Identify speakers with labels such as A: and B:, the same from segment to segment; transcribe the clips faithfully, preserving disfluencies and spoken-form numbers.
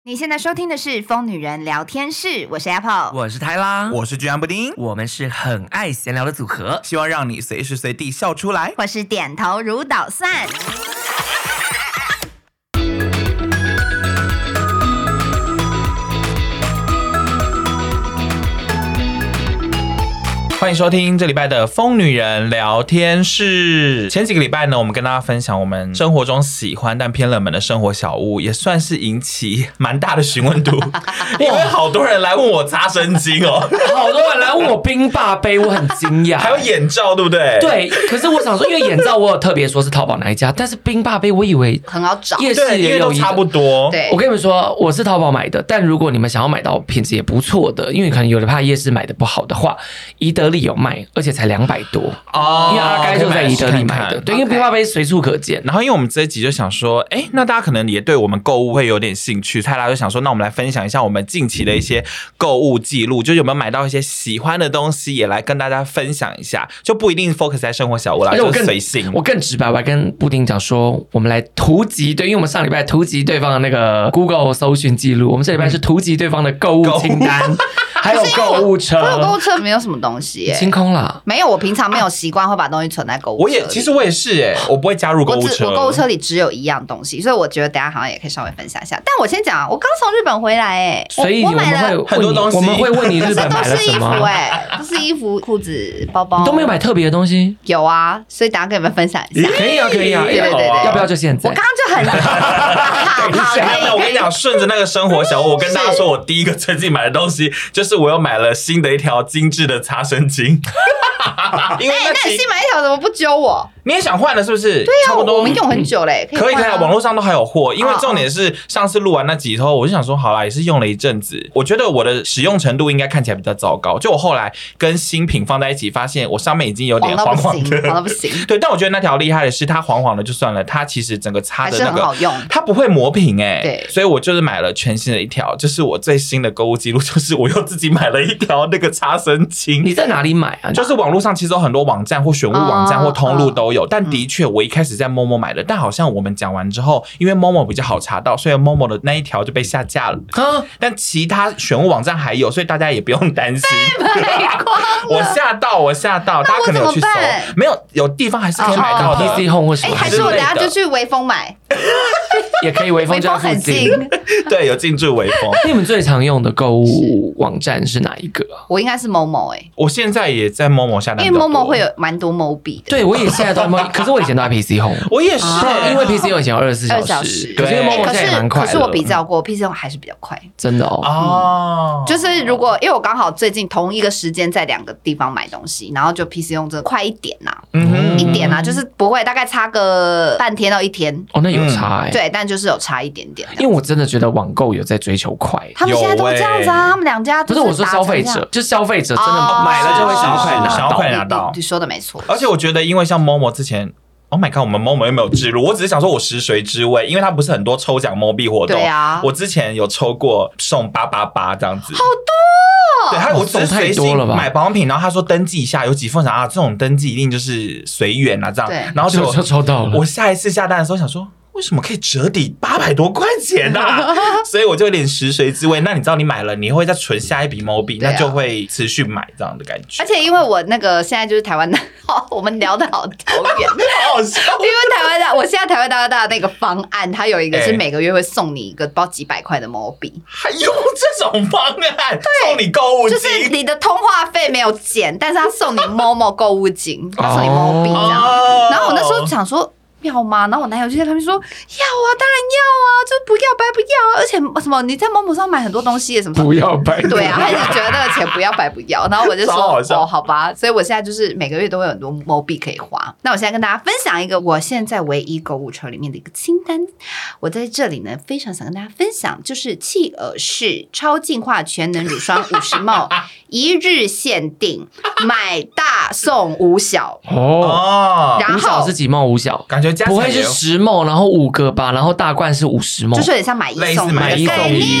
A: 你现在收听的是《疯女人聊天室》，我是 Apple，
B: 我是泰拉，
C: 我是居安布丁，
B: 我们是很爱闲聊的组合，
C: 希望让你随时随地笑出来，
A: 或是点头如捣蒜。
C: 欢迎收听这礼拜的疯女人聊天室。前几个礼拜呢，我们跟大家分享我们生活中喜欢但偏冷门的生活小物，也算是引起蛮大的询问度，因为好多人来问我擦身巾哦，
B: 好多人来问我冰霸杯，我很惊讶，
C: 还有眼罩，对不对？
B: 对，可是我想说，因为眼罩我有特别说是淘宝哪一家，但是冰霸杯我以为
A: 很好找，
B: 夜市也有一个，
C: 差不多。
A: 对，
B: 我跟你们说，我是淘宝买的，但如果你们想要买到品质也不错的，因为可能有的怕夜市买的不好的话，宜得利有卖，而且才两百多哦，因为阿该就在宜得利买的，对，因为冰霸杯随处可见。
C: 然后因为我们这一集就想说，哎，那大家可能也对我们购物会有点兴趣，泰拉就想说，那我们来分享一下我们近期的一些购物记录，就有没有买到一些喜欢的东西，也来跟大家分享一下，就不一定 focus 在生活小物啦，就随性。
B: 我更直白，我还跟布丁讲说，我们来突击，对，因为我们上礼拜突击对方的那个 Google 搜寻记录，我们这礼拜是突击对方的购物清单。还有购物车，
A: 我有购物车没有什么东西耶、欸，
B: 清空了。
A: 没有，我平常没有习惯会把东西存在购物车里。
C: 我也其实我也是哎、欸，我不会加入购物车。
A: 我, 我购物车里只有一样东西，所以我觉得等一下好像也可以稍微分享一下。但我先讲，我刚从日本回来哎、欸，
B: 所以我们会
C: 很多东西，
B: 我们会问你日本买了什么？
A: 都是衣服哎、欸，都是衣服、裤子、包包，
B: 你都没有买特别的东西？
A: 有啊，所以等一下跟你们分享一下。
B: 可以啊，可以啊，
A: 对对对对，
B: 要不要就现在？
A: 我刚刚就很好，
C: 那我跟你讲，顺着那个生活小物，我跟大家说，我第一个最近买的东西就是我又买了新的一条精致的擦身巾。因为那、欸、
A: 那你新买一条怎么不揪我？
C: 你也想换了是不是？
A: 对呀、啊，
C: 差不多
A: 我们用很久嘞、欸，
C: 可以可以啊，网络上都还有货。因为重点是上次录完那集之后，我就想说，好啦，也是用了一阵子，我觉得我的使用程度应该看起来比较糟糕。就我后来跟新品放在一起，发现我上面已经有点黄黄的，
A: 黄到不行。
C: 对，但我觉得那条厉害的是，它黄黄的就算了，它其实整个擦的那个
A: 还是很好用，
C: 它不会磨平哎、欸。
A: 对，
C: 所以我就是买了全新的一条，就是我最新的购物记录，就是我又自己买了一条那个擦身巾。
B: 你在哪里买啊？
C: 就是网络上其实有很多网站或选物网站或通路都有，哦、但的确我一开始在 Momo 买的，但好像我们讲完之后，因为 Momo 比较好查到，所以 Momo 的那一条就被下架了。啊、但其他选物网站还有，所以大家也不用担心。我吓到，我吓到，大家可能有去搜，没有有地方还是可以买到的。
B: P C Home 或什么？
A: 哎，还是我等下就去微风买。
B: 也可以，微风就很近，
C: 对，有进驻微风。
B: 你们最常用的购物网站是哪一个、啊？
A: 我应该是 Momo 哎、欸，
C: 我现在也在 Momo 下单，
A: 因为 Momo 会有蛮多 Mobi 的。
B: 对，我也现在都 Momo， 可是我以前都在 P C Home，
C: 我也是、
B: 啊，因为 P C Home 以前有二十四小时，可是因为 Momo 现在也蛮快的。
A: 可是我比较过 P C Home 还是比较快，
B: 真的哦。
C: 哦、
A: 嗯，就是如果因为我刚好最近同一个时间在两个地方买东西，然后就 P C Home 真的快一点呐、啊，嗯，一点啊，就是不会大概差个半天到一天。
B: 哦，那有差哎、欸嗯，
A: 对，但就是有差一点点。
B: 因为我真的觉得网购有在追求快，
A: 他们现在都这样子啊，他们两家
B: 不是我说消费者，就消费者真的买了就会想要快拿到，
C: 想要快拿到。
A: 你说的没错，
C: 而且我觉得，因为像 Momo 之前。Oh my god， 我们 Momo 又没有置入，我只是想说我食髓知味，因为它不是很多抽奖 Mobi 活动，
A: 对啊，
C: 我之前有抽过送八八八这样子，
A: 好多、哦，
C: 对，他我只是随性买保养品，然后他说登记一下有几份啊，这种登记一定就是随缘啊这样，然后就
B: 就抽到了。
C: 我下一次下单的时候想说。为什么可以折抵八百多块钱啊？所以我就有点食髓知味。那你知道你买了，你会再存下一笔 Mobi，、啊、那就会持续买这样的感觉。
A: 而且因为我那个现在就是台湾的，我们聊得好遥远，
C: 好好笑。
A: 因为台湾的，我现在台湾大哥大的那个方案，它有一个是每个月会送你一个包几百块的 Mobi，
C: 还有这种方案，送你购物金，
A: 就是你的通话费没有减，但是他送你 Momo 购物金，他送你 Mobi 这样。哦、然后我那时候想说。要吗？然后我男友就在旁边说要啊，当然要啊，就不要白不要啊，而且什么你在某某上买很多东西什么
B: 不要白，
A: 对啊，他就觉得那个钱不要白不要，然后我就说哦好吧，所以我现在就是每个月都会有很多 Mobi 可以花。那我现在跟大家分享一个我现在唯一购物车里面的一个清单，我在这里呢非常想跟大家分享，就是契尔氏超净化全能乳霜五十 毫升，一日限定，买大送五小
B: 哦，然后五小是几毛五小，
C: 感觉。
B: 不会是十毫升，然后五个吧，然后大罐是五十毫升，
A: 就是有点像买一送
B: 买一送一。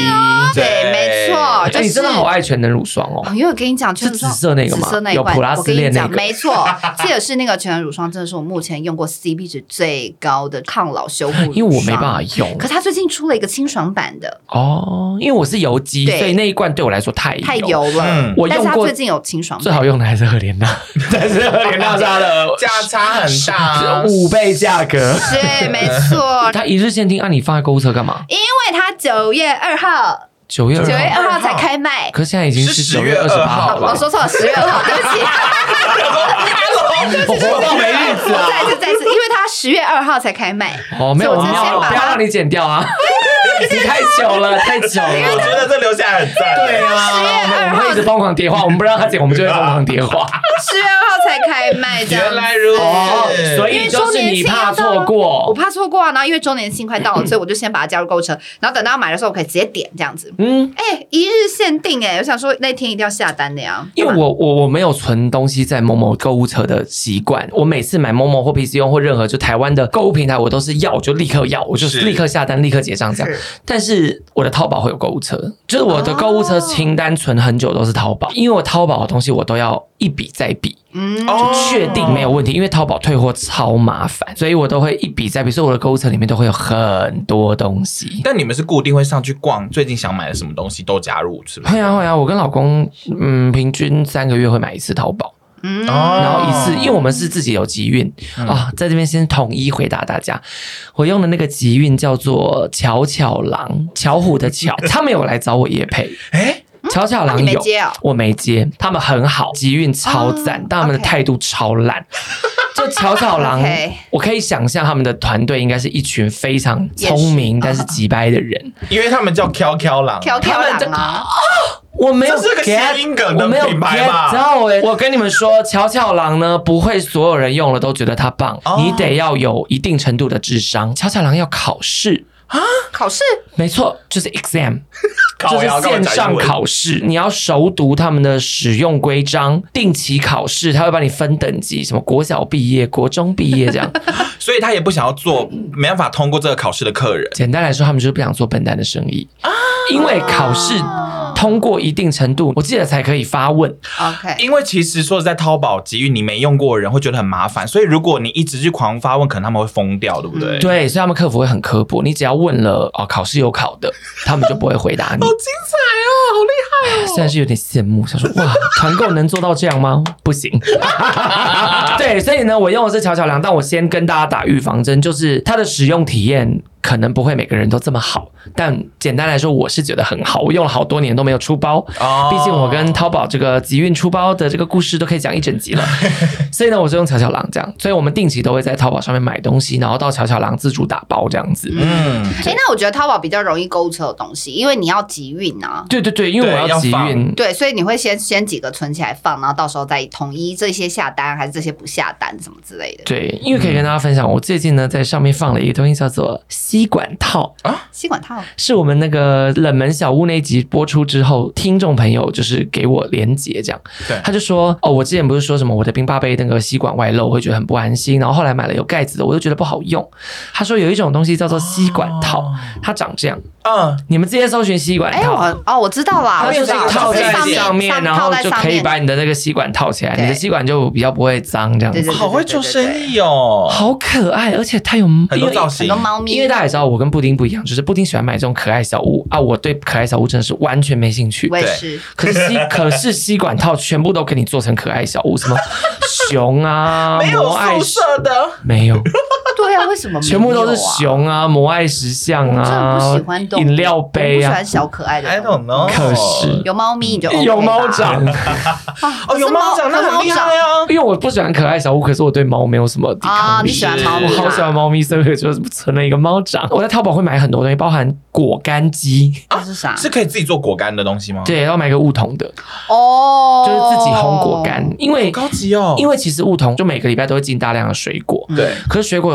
A: 对，没错，就是、
B: 欸、你真的好爱全能乳霜哦，
A: 因为我跟你讲，全能乳霜
B: 是紫色那个吗？
A: 紫色那一罐，
B: 有普拉斯链那个，
A: 没错，这也是那个全能乳霜，真的是我目前用过 C P 值最高的抗老修护乳霜，
B: 因为我没办法用。
A: 可它最近出了一个清爽版的
B: 哦，因为我是油肌，所以那一罐对我来说太油
A: 太油了。嗯、
B: 我用过，
A: 但是它最近有清爽版，
B: 最好用的还是赫莲娜，但是赫莲娜它的
C: 价差很大，
B: 五倍价格，
A: 是没错。
B: 它一日限定，啊，你放在购物车干嘛？
A: 因为它九月二号。
B: 九月
A: 九月二号才开卖，
B: 可是现在已经是九月二十八号了。
A: 我说错了，十月二号，对不起。
B: 我活到没日子啊！
A: 再次再次，因为它十月二号才开卖。
B: 哦，没有，我们要不要让你剪掉啊？你太久了，太久了。
C: 我觉得这留下来很赞。
B: 对啊，我们会一直疯狂叠话，我们不让他剪，我们就会疯狂叠话。
A: 十月二号才开卖，
C: 原来如此。
B: 所以就是你怕错过，
A: 我怕错过啊。然后因为周年庆快到了，所以我就先把它加入购物车，然后等到买的时候，我可以直接点这样子。嗯，哎、欸，一日限定哎、欸，我想说那天一定要下单的呀。
B: 因为我我我没有存东西在某某购物车的习惯，我每次买某某或 P C 用或任何就台湾的购物平台，我都是要我就立刻要，我就是立刻下单，立刻结账这样。但是我的淘宝会有购物车，就是我的购物车清单存很久都是淘宝，因为我淘宝的东西我都要一笔再笔。嗯，就确定没有问题，因为淘宝退货超麻烦，所以我都会一笔再笔，所以我的购物车里面都会有很多东西。
C: 但你们是固定会上去逛，最近想买的什么东西都加入，是不是？
B: 会啊会啊，我跟老公嗯，平均三个月会买一次淘宝。嗯，然后一次，因为我们是自己有集运、嗯、啊，在这边先统一回答大家，我用的那个集运叫做巧巧郎，巧虎的巧，他们有来找我业配，哎。巧巧郎有、
A: 没接哦、
B: 我没接，他们很好，集运超赞、哦，但他们的态度超烂。就巧巧郎， okay. 我可以想象他们的团队应该是一群非常聪明但是急掰的人，
C: 因为他们叫巧巧郎，
A: 巧巧郎啊。
B: 我没有
C: get， 这是个谐音梗的品牌吧？
B: 然后我跟你们说，巧巧郎呢不会所有人用了都觉得它棒、哦，你得要有一定程度的智商。巧巧郎要考试
A: 啊，考试？
B: 没错，就是 exam， 就是线上考试，你要熟读他们的使用规章，定期考试，他会帮你分等级，什么国小毕业、国中毕业这样。
C: 所以他也不想要做没办法通过这个考试的客人。
B: 简单来说，他们就是不想做笨蛋的生意，啊、因为考试。通过一定程度，我记得才可以发问。
A: OK，
C: 因为其实说实在，淘宝集运你没用过的人会觉得很麻烦，所以如果你一直去狂发问，可能他们会疯掉，对不对？
B: 嗯、对，所以他们客服会很刻薄，你只要问了哦，考试有考的，他们就不会回答你。
C: 好精彩哦，好厉害哦！
B: 虽然是有点羡慕，想说哇，团购能做到这样吗？不行。对，所以呢，我用的是巧巧郎，但我先跟大家打预防针，就是它的使用体验。可能不会每个人都这么好，但简单来说，我是觉得很好。我用了好多年都没有出包，哦、毕竟我跟淘宝这个集运出包的这个故事都可以讲一整集了。所以呢，我就用巧巧郎这样。所以我们定期都会在淘宝上面买东西，然后到巧巧郎自助打包这样子。
A: 嗯，哎、欸，那我觉得淘宝比较容易购物车的东西，因为你要集运啊。
B: 对对对，因为我要集运，
A: 对，所以你会先先几个存起来放，然后到时候再统一这些下单还是这些不下单什么之类的。
B: 对，因为可以跟大家分享，我最近呢在上面放了一个东西叫做吸管套
A: 啊，吸管套
B: 是我们那个冷门小屋那一集播出之后，听众朋友就是给我连结这样，对，他就说哦，我之前不是说什么我的冰霸杯那个吸管外漏，我会觉得很不安心，然后后来买了有盖子的，我就觉得不好用。他说有一种东西叫做吸管套，哦、它长这样，嗯，你们直接搜寻吸管套，
A: 哎、哦，我知道啦，
B: 它就是套在上面，然后就可以把你的那个吸管套起来，你的吸管就比较不会脏这样子。
A: 对对对对对对对，
C: 好会做生意哦，
B: 好可爱，而且它有
C: 很多造型，
A: 很多猫咪，
B: 因为大家也知道我跟布丁不一样，就是布丁喜欢买这种可爱小物啊，我对可爱小物真的是完全没兴趣。
A: 我也是。
B: 可是吸可是吸管套全部都给你做成可爱小物，什么熊啊，
C: 没有素色的，
B: 没有。
A: 对啊，为什么没有啊？
B: 全部都是熊啊，摩爱石像啊，
A: 我真的不喜欢动物，
B: 饮料杯啊，
A: 我不喜欢小可爱的。
C: I don't know。
B: 可是
A: 有猫咪你就 OK 吧，
B: 有猫掌
C: 哦，有猫掌那很厉害啊。
B: 因为我不喜欢可爱小物，可是我对猫没有什么抵抗力。
A: 啊，你喜欢猫咪？
B: 我好喜欢猫咪，所以我就存了一个猫掌。我在淘宝会买很多东西，包含果干机。
A: 这是啥？
C: 是可以自己做果干的东西吗？
B: 对，要买个梧桐的
A: 哦，
B: 就是自己烘果干。因为
C: 好高级哦，
B: 因为其实梧桐就每个礼拜都会进大量的水果，
C: 对。
B: 可是水果有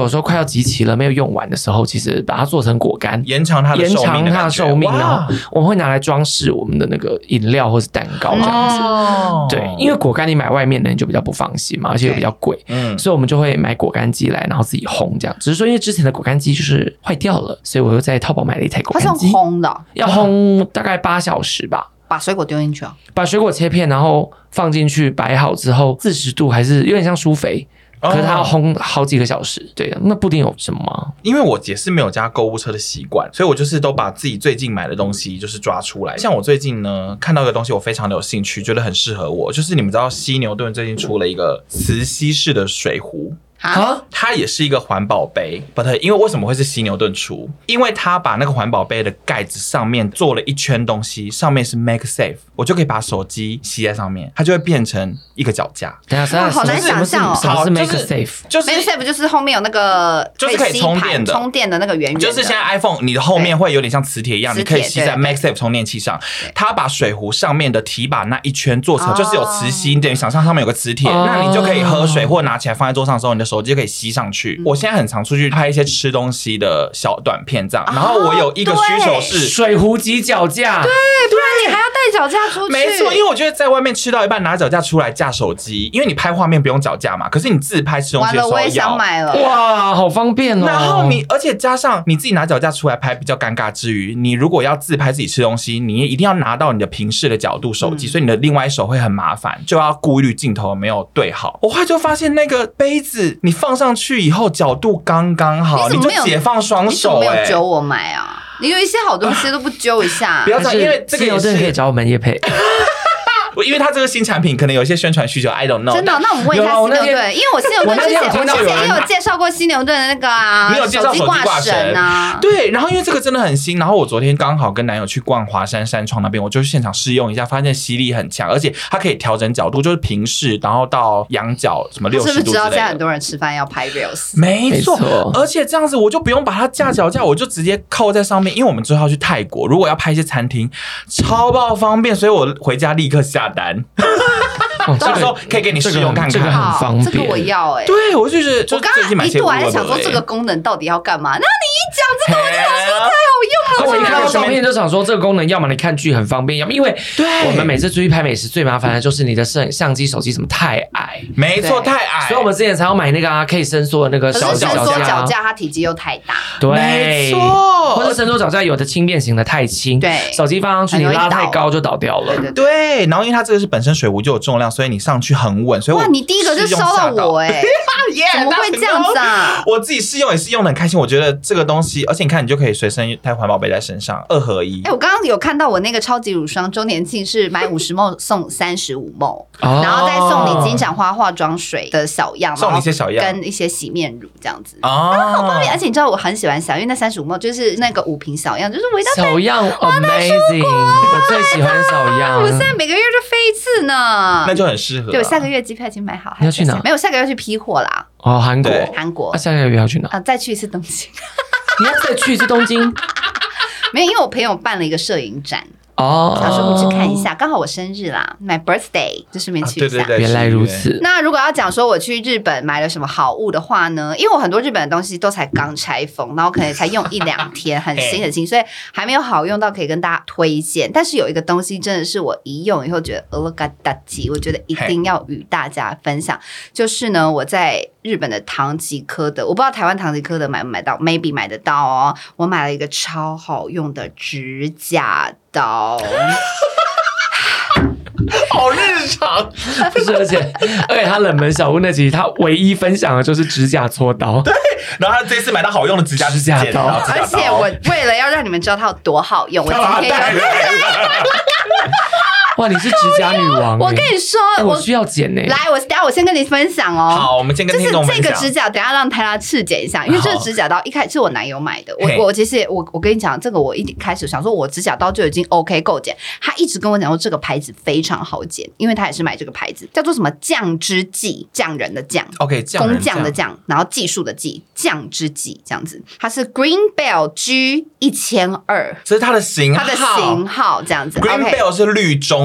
B: 有时候快要集齐了没有用完的时候，其实把它做成果干，
C: 延长它的寿命，
B: 延长它的寿命，然后我们会拿来装饰我们的那个饮料或是蛋糕这样子。哦、对，因为果干你买外面的你就比较不放心嘛，而且又比较贵，嗯，所以我们就会买果干机来，然后自己烘这样。只是说因为之前的果干机就是坏掉了，所以我又在淘宝买了一台果干机。
A: 它是用烘的、哦，
B: 要烘大概八小时吧。
A: 把水果丢进去啊，
B: 把水果切片，然后放进去摆好之后，四十度还是有点像舒肥。可是它要烘好几个小时，对，那布丁有什么吗？
C: 因为我也是没有加购物车的习惯，所以我就是都把自己最近买的东西就是抓出来。像我最近呢看到一个东西，我非常的有兴趣，觉得很适合我，就是你们知道犀牛顿最近出了一个磁吸式的水壶。啊，它也是一个环保杯 ，but 因为为什么会是犀牛顿出？因为它把那个环保杯的盖子上面做了一圈东西，上面是 Make Safe， 我就可以把手机吸在上面，它就会变成一个脚架。
B: 等一下，
A: 哇，好难想象哦。
B: 什么是 Make Safe？
C: 就是
A: Make Safe 就是后面有那个
C: 就是可以充电的
A: 充电的那个圆圆的，
C: 就是现在 iPhone 你的后面会有点像磁铁一样，你可以吸在 Make Safe 充电器上。它把水壶上面的提把那一圈做成就是有磁吸，你等于想象上面有个磁铁，那你就可以喝水或拿起来放在桌上的时候，你的手机就可以吸上去。我现在很常出去拍一些吃东西的小短片，这样。然后我有一个需求是
B: 水壶及脚架，
A: 对，不然你还要带脚架出去。
C: 没错，因为我觉得在外面吃到一半拿脚架出来架手机，因为你拍画面不用脚架嘛，可是你自拍吃东西的时候要。
A: 完了，我也想买了。
B: 哇，好方便哦。
C: 然后你，而且加上你自己拿脚架出来拍比较尴尬之余，你如果要自拍自己吃东西，你一定要拿到你的平视的角度手机，嗯、所以你的另外一手会很麻烦，就要顾虑镜头没有对好。我后来就发现那个杯子你放上去以后角度刚刚好， 你, 你就解放双手、欸。
A: 你怎么没有揪我买啊？你有一些好东西都不揪一下。
C: 不要这样，因为这个也是
B: 可以找我们业配。
C: 因为它这个新产品可能有一些宣传需求 ，I don't know。
A: 真的，那我们问一下犀牛顿，因为我犀牛顿之前我之前也有介绍过犀牛顿的那个啊，
C: 你有介绍手机挂绳
A: 啊？
C: 对，然后因为这个真的很新，然后我昨天刚好跟男友去逛华山山窗那边，我就现场试用一下，发现吸力很强，而且它可以调整角度，就是平视，然后到仰角什么六十度之类的。是不是知道现
A: 在很多人吃饭要拍 reels？
C: 没错，而且这样子我就不用把它架脚架，我就直接扣在上面，因为我们之后要去泰国，如果要拍一些餐厅，超爆方便，所以我回家立刻下单。哦、到时候可以给你试用看看，
B: 这个很方便。
A: 这个我要哎、欸，
C: 对我就是，
A: 我刚刚一度还在想说这个功能到底要干嘛？那你一讲这个，我就想说太好用了。
B: 我一看到照片就想说，这个功能要么你看剧很方便，要么因为我们每次出去拍美食最麻烦的就是你的摄相机、手机什么太矮，
C: 没错，太矮，
B: 所以我们之前才要买那个啊可以伸缩的那个小脚架。
A: 伸缩脚架它体积又太大，
B: 对，
C: 没错，
B: 或者伸缩脚架有的轻便型的太轻，
A: 对，
B: 手机放上去你拉太高就倒掉了，
A: 对对
C: 对。然后因为它这个是本身水壶就有重量，所以你上去很稳，所以我
A: 哇，你第一个就烧到我哎、欸，怎么会这样子啊？
C: 我自己试用也是用得很开心，我觉得这个东西，而且你看你就可以随身带环保杯在身上，二合一。
A: 哎、欸，我刚刚有看到我那个超级乳霜周年庆是买五十 ml 送三十五 ml，然后再送你金盏花化妆水的小样，
C: 送你一些小样
A: 跟一些洗面乳这样子。哦，啊、好方便！而且你知道我很喜欢小，因为那三十五 ml 就是那个五瓶小样，就是味道
B: 小样 amazing， 我最喜欢小样。
A: 我现在每个月就飞一次呢，
C: 那就很适合、啊。
A: 对，我下个月机票已经买好，
B: 你要去哪？
A: 没有，下个月要去批货啦。
B: 哦，韩国，
A: 韩国。
B: 那、啊、下个月要去哪？
A: 啊，再去一次东京。
B: 你要再去一次东京？
A: 没有，因为我朋友办了一个摄影展。
B: 哦，
A: 想说我去看一下，刚好我生日啦 ，my birthday， 就顺便去一下、啊。
C: 对对对，
B: 原来如此。
A: 那如果要讲说我去日本买了什么好物的话呢？因为我很多日本的东西都才刚拆封，然后可能才用一两天，很新很新，所以还没有好用到可以跟大家推荐。但是有一个东西真的是我一用以后觉得呃嘎达吉，我觉得一定要与大家分享，就是呢我在日本的唐吉诃德，我不知道台湾唐吉诃德买不买到 ，maybe 买得到哦。我买了一个超好用的指甲刀。
C: 好日常，
B: 不是，而且而且他冷门小屋那集，他唯一分享的就是指甲搓刀。
C: 对，然后他这次买到好用的指甲
B: 指甲刀，
A: 而且我为了要让你们知道它有多好用，我今天有。
B: 哇，你是指甲女王、欸！
A: 我跟你说，
B: 欸、我需要剪呢、欸。
A: 来，我等一下我先跟你分享哦。
C: 好，我们先跟听众分享。
A: 就是这个指甲，等一下让泰拉试剪一下，因为这个指甲刀一开始是我男友买的。我我其实我我跟你讲，这个我一开始想说，我指甲刀就已经 OK 够剪。他一直跟我讲说，这个牌子非常好剪，因为他也是买这个牌子，叫做什么匠之技，匠人的匠
C: ，OK，
A: 工匠的匠，然后技术的技，匠之技这样子。它是 Green Bell G 一千二，
C: 这是它的型号，
A: 它的型号这样子。
C: Green Bell 是绿中。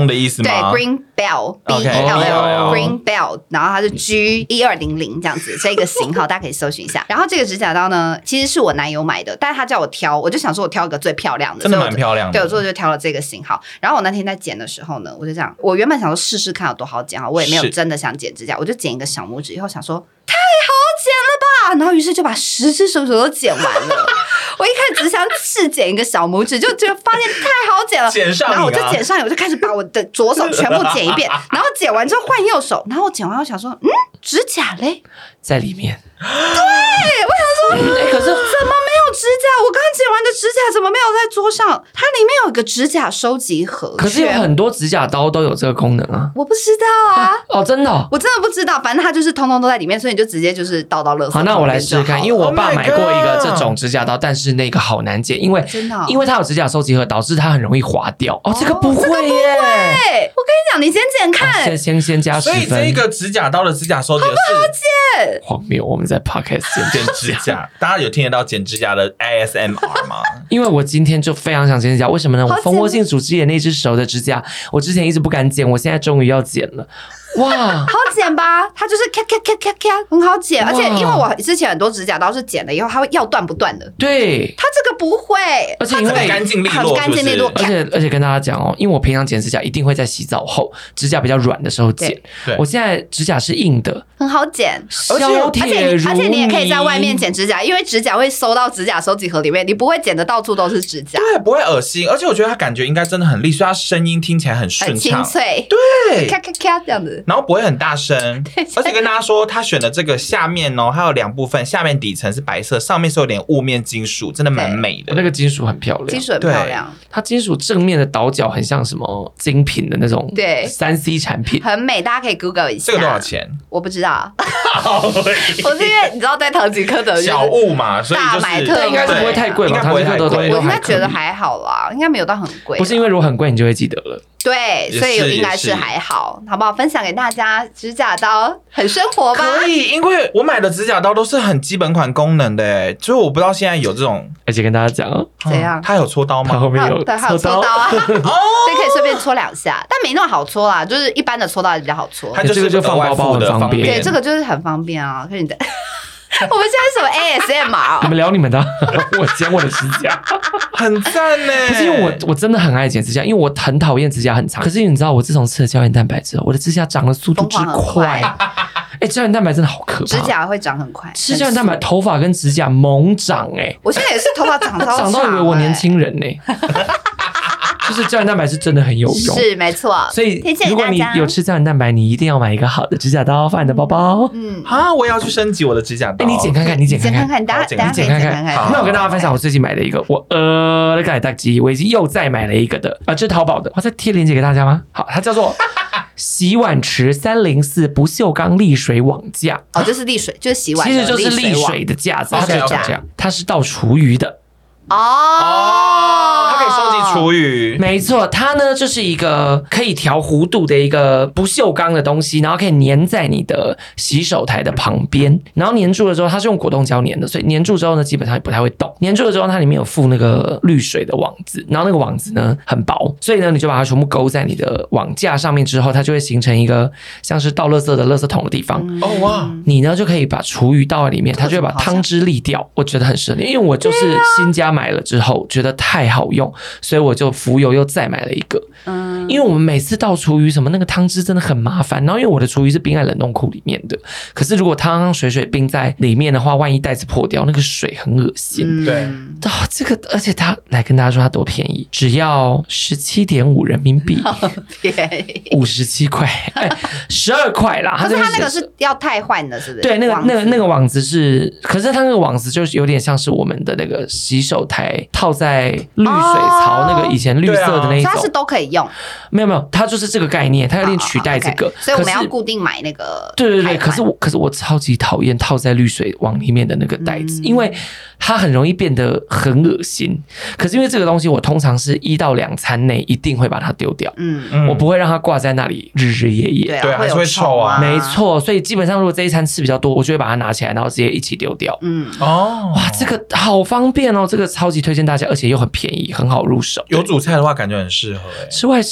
C: 钟的意思吗？
A: 对 ，Green Bell，B L L Green Bell， 然后它是 G 一二零零这样子，这个型号大家可以搜寻一下。然后这个指甲刀呢，其实是我男友买的，但是他叫我挑，我就想说我挑一个最漂亮的，
C: 真的蛮漂亮的。
A: 对，我最后就挑了这个型号。然后我那天在剪的时候呢，我就这样，我原本想说试试看有多好剪哈，我也没有真的想剪指甲，我就剪一个小拇指，以后想说太好剪了吧，然后于是就把十只手指都剪完了。我一开始只想试剪一个小拇指，就就发现太好剪了，
C: 剪上瘾啊，
A: 然后我就剪上瘾，我就开始把我的左手全部剪一遍，然后剪完之后换右手，然后我剪完我想说，嗯，指甲嘞
B: 在里面。
A: 对，我想说，欸、可是怎么没有指甲？我刚剪完的指甲怎么没有在桌上？它里面有一个指甲收集盒。
B: 可是有很多指甲刀都有这个功能啊。
A: 我不知道啊。
B: 哦，真的、哦，
A: 我真的不知道。反正它就是通通都在里面，所以你就直接就是倒到垃圾桶。
B: 好，那我来试试看，因为我爸买过一个这种指甲刀，
C: Oh
B: 但是那个好难剪，因为
A: 真的、哦，
B: 因为它有指甲收集盒，导致它很容易滑掉。哦，这个不会耶！
A: 这个不会，我跟你讲，你先剪看，
B: 哦、先先先加十分。
C: 所以这个指甲刀的指甲收集盒是
A: 好不好剪？
B: 荒谬！我们在 podcast 剪
C: 剪指甲，大家有听得到剪指甲的 A S M R 吗？
B: 因为我今天就非常想剪指甲，为什么呢？我蜂窝性组织炎那只手的指甲，我之前一直不敢剪，我现在终于要剪了。哇，
A: 好剪吧？它就是咔咔咔咔咔，很好剪。而且因为我之前很多指甲刀是剪了以后，它会要断不断的。
B: 对，
A: 它这个不会，
B: 而且因为
C: 干净利落，
A: 干净利落。
B: 而且而且跟大家讲哦，因为我平常剪指甲一定会在洗澡后，指甲比较软的时候剪。我现在指甲是硬的，
A: 很好剪，
B: 削铁如泥。
A: 而且你也可以在外面剪指甲，因为指甲会收到指甲收集盒里面，你不会剪得到处都是指甲。
C: 对，不会恶心。而且我觉得它感觉应该真的很利，所以它声音听起来很顺畅、
A: 很清脆。
C: 对，
A: 咔咔咔这样子，
C: 然后不会很大声。而且跟大家说，他选的这个下面哦，它有两部分，下面底层是白色，上面是有点雾面金属，真的蛮美的。
B: 那个金属很漂亮，
A: 金属很漂亮。它
B: 金属正面的倒角很像什么精品的那种，对，三 C 产品，
A: 很美，大家可以 Google 一下。
C: 这个多少钱？
A: 我不知道。我是因为你知道在唐吉诃德
C: 小物嘛，所以
A: 大买特
B: 应该是不会太贵吧？
C: 唐吉诃德
B: 我
A: 应该觉得还好啦，应该没有到很贵。
B: 不是因为如果很贵，你就会记得了。
A: 对，所以应该是还好，好不好？分享给大家，指甲刀很生活吧？
C: 可以，因为我买的指甲刀都是很基本款功能的，哎，所以我不知道现在有这种。
B: 而且跟大家讲哦，
A: 怎样？
C: 它有搓刀吗？
B: 它后面有，
A: 对，它有搓刀啊，所以可以随便搓两下，但没那么好搓啦，就是一般的搓刀比较好搓。
C: 它就是
B: 就放包包很方便，
A: 对，这个就是很方便啊。可是你的。我们现在是什么 A S M R？
B: 你们聊你们的，我剪我的指甲，
C: 很赞呢。
B: 不是因为我我真的很爱剪指甲，因为我很讨厌指甲很长。可是你知道，我自从吃了胶原蛋白之后，我的指甲长的速度之快。哎、欸，胶原蛋白真的好可怕，
A: 指甲会长很快。
B: 吃胶原蛋白，头发跟指甲猛长哎、欸！
A: 我现在也是头发长到
B: 长到以为我年轻人呢、欸。就是胶原蛋白是真的很有用，
A: 是没错。
B: 所以如果你有吃胶原蛋白，你一定要买一个好的指甲刀放你的包包。
A: 嗯，
C: 啊，我也要去升级我的指甲刀。
B: 哎、欸，你剪看看，你剪看
A: 看，看，大家大家
B: 剪看看。那我跟大家分享，我最近买了一个，我呃那个大机，我已经又再买了一个的啊，这是淘宝的，我再贴链接给大家吗？好，它叫做洗碗池三零四不锈钢沥水网架。
A: 哦，这是沥水，就是洗碗，
B: 其实就是沥水的架子，它就是这样，它是倒厨余的。
A: 哦，
C: 它可以收集厨余，
B: 没错，它呢就是一个可以调弧度的一个不锈钢的东西，然后可以粘在你的洗手台的旁边，然后粘住了之后，它是用果冻胶粘的，所以粘住之后呢，基本上也不太会动。粘住了之后，它里面有附那个滤水的网子，然后那个网子呢很薄，所以呢你就把它全部勾在你的网架上面之后，它就会形成一个像是倒垃圾的垃圾桶的地方。
C: 哦哇！
B: 你呢就可以把厨余倒在里面，它就会把汤汁沥掉。我觉得很适合你，因为我就是新家买了之后觉得太好用，所以我就浮游又再买了一个。嗯，因为我们每次倒厨余什么那个汤汁真的很麻烦，然后因为我的厨余是冰在冷冻库里面的，可是如果汤汤水水冰在里面的话，万一袋子破掉，那个水很恶心。
C: 嗯、对，
B: 哦，这个而且它来跟大家说它多便宜，只要十七点五人民币，
A: 便宜
B: 五十七块，哎，十二块啦。
A: 可是它那个是要汰换的，是不是？
B: 对，那个那个那个网子是，可是它那个网子就是有点像是我们的那个洗手台套在滤水槽那个以前绿色的那一种，
A: 它是都可以用。
B: 没有没有，它就是这个概念，它有点取代这个，
A: 哦 okay, 所以我们要固定买那个。
B: 对对对，可是我可是我超级讨厌套在滤水网里面的那个袋子，嗯、因为它很容易变得很恶心。可是因为这个东西，我通常是一到两餐内一定会把它丢掉，嗯，我不会让它挂在那里日日夜夜，
A: 对啊，还是会臭啊。
B: 没错，所以基本上如果这一餐吃比较多，我就会把它拿起来，然后直接一起丢掉。嗯，哦，哇，这个好方便哦，这个超级推荐大家，而且又很便宜，很好入手。
C: 有煮菜的话，感觉很适合哎、欸。
B: 吃外食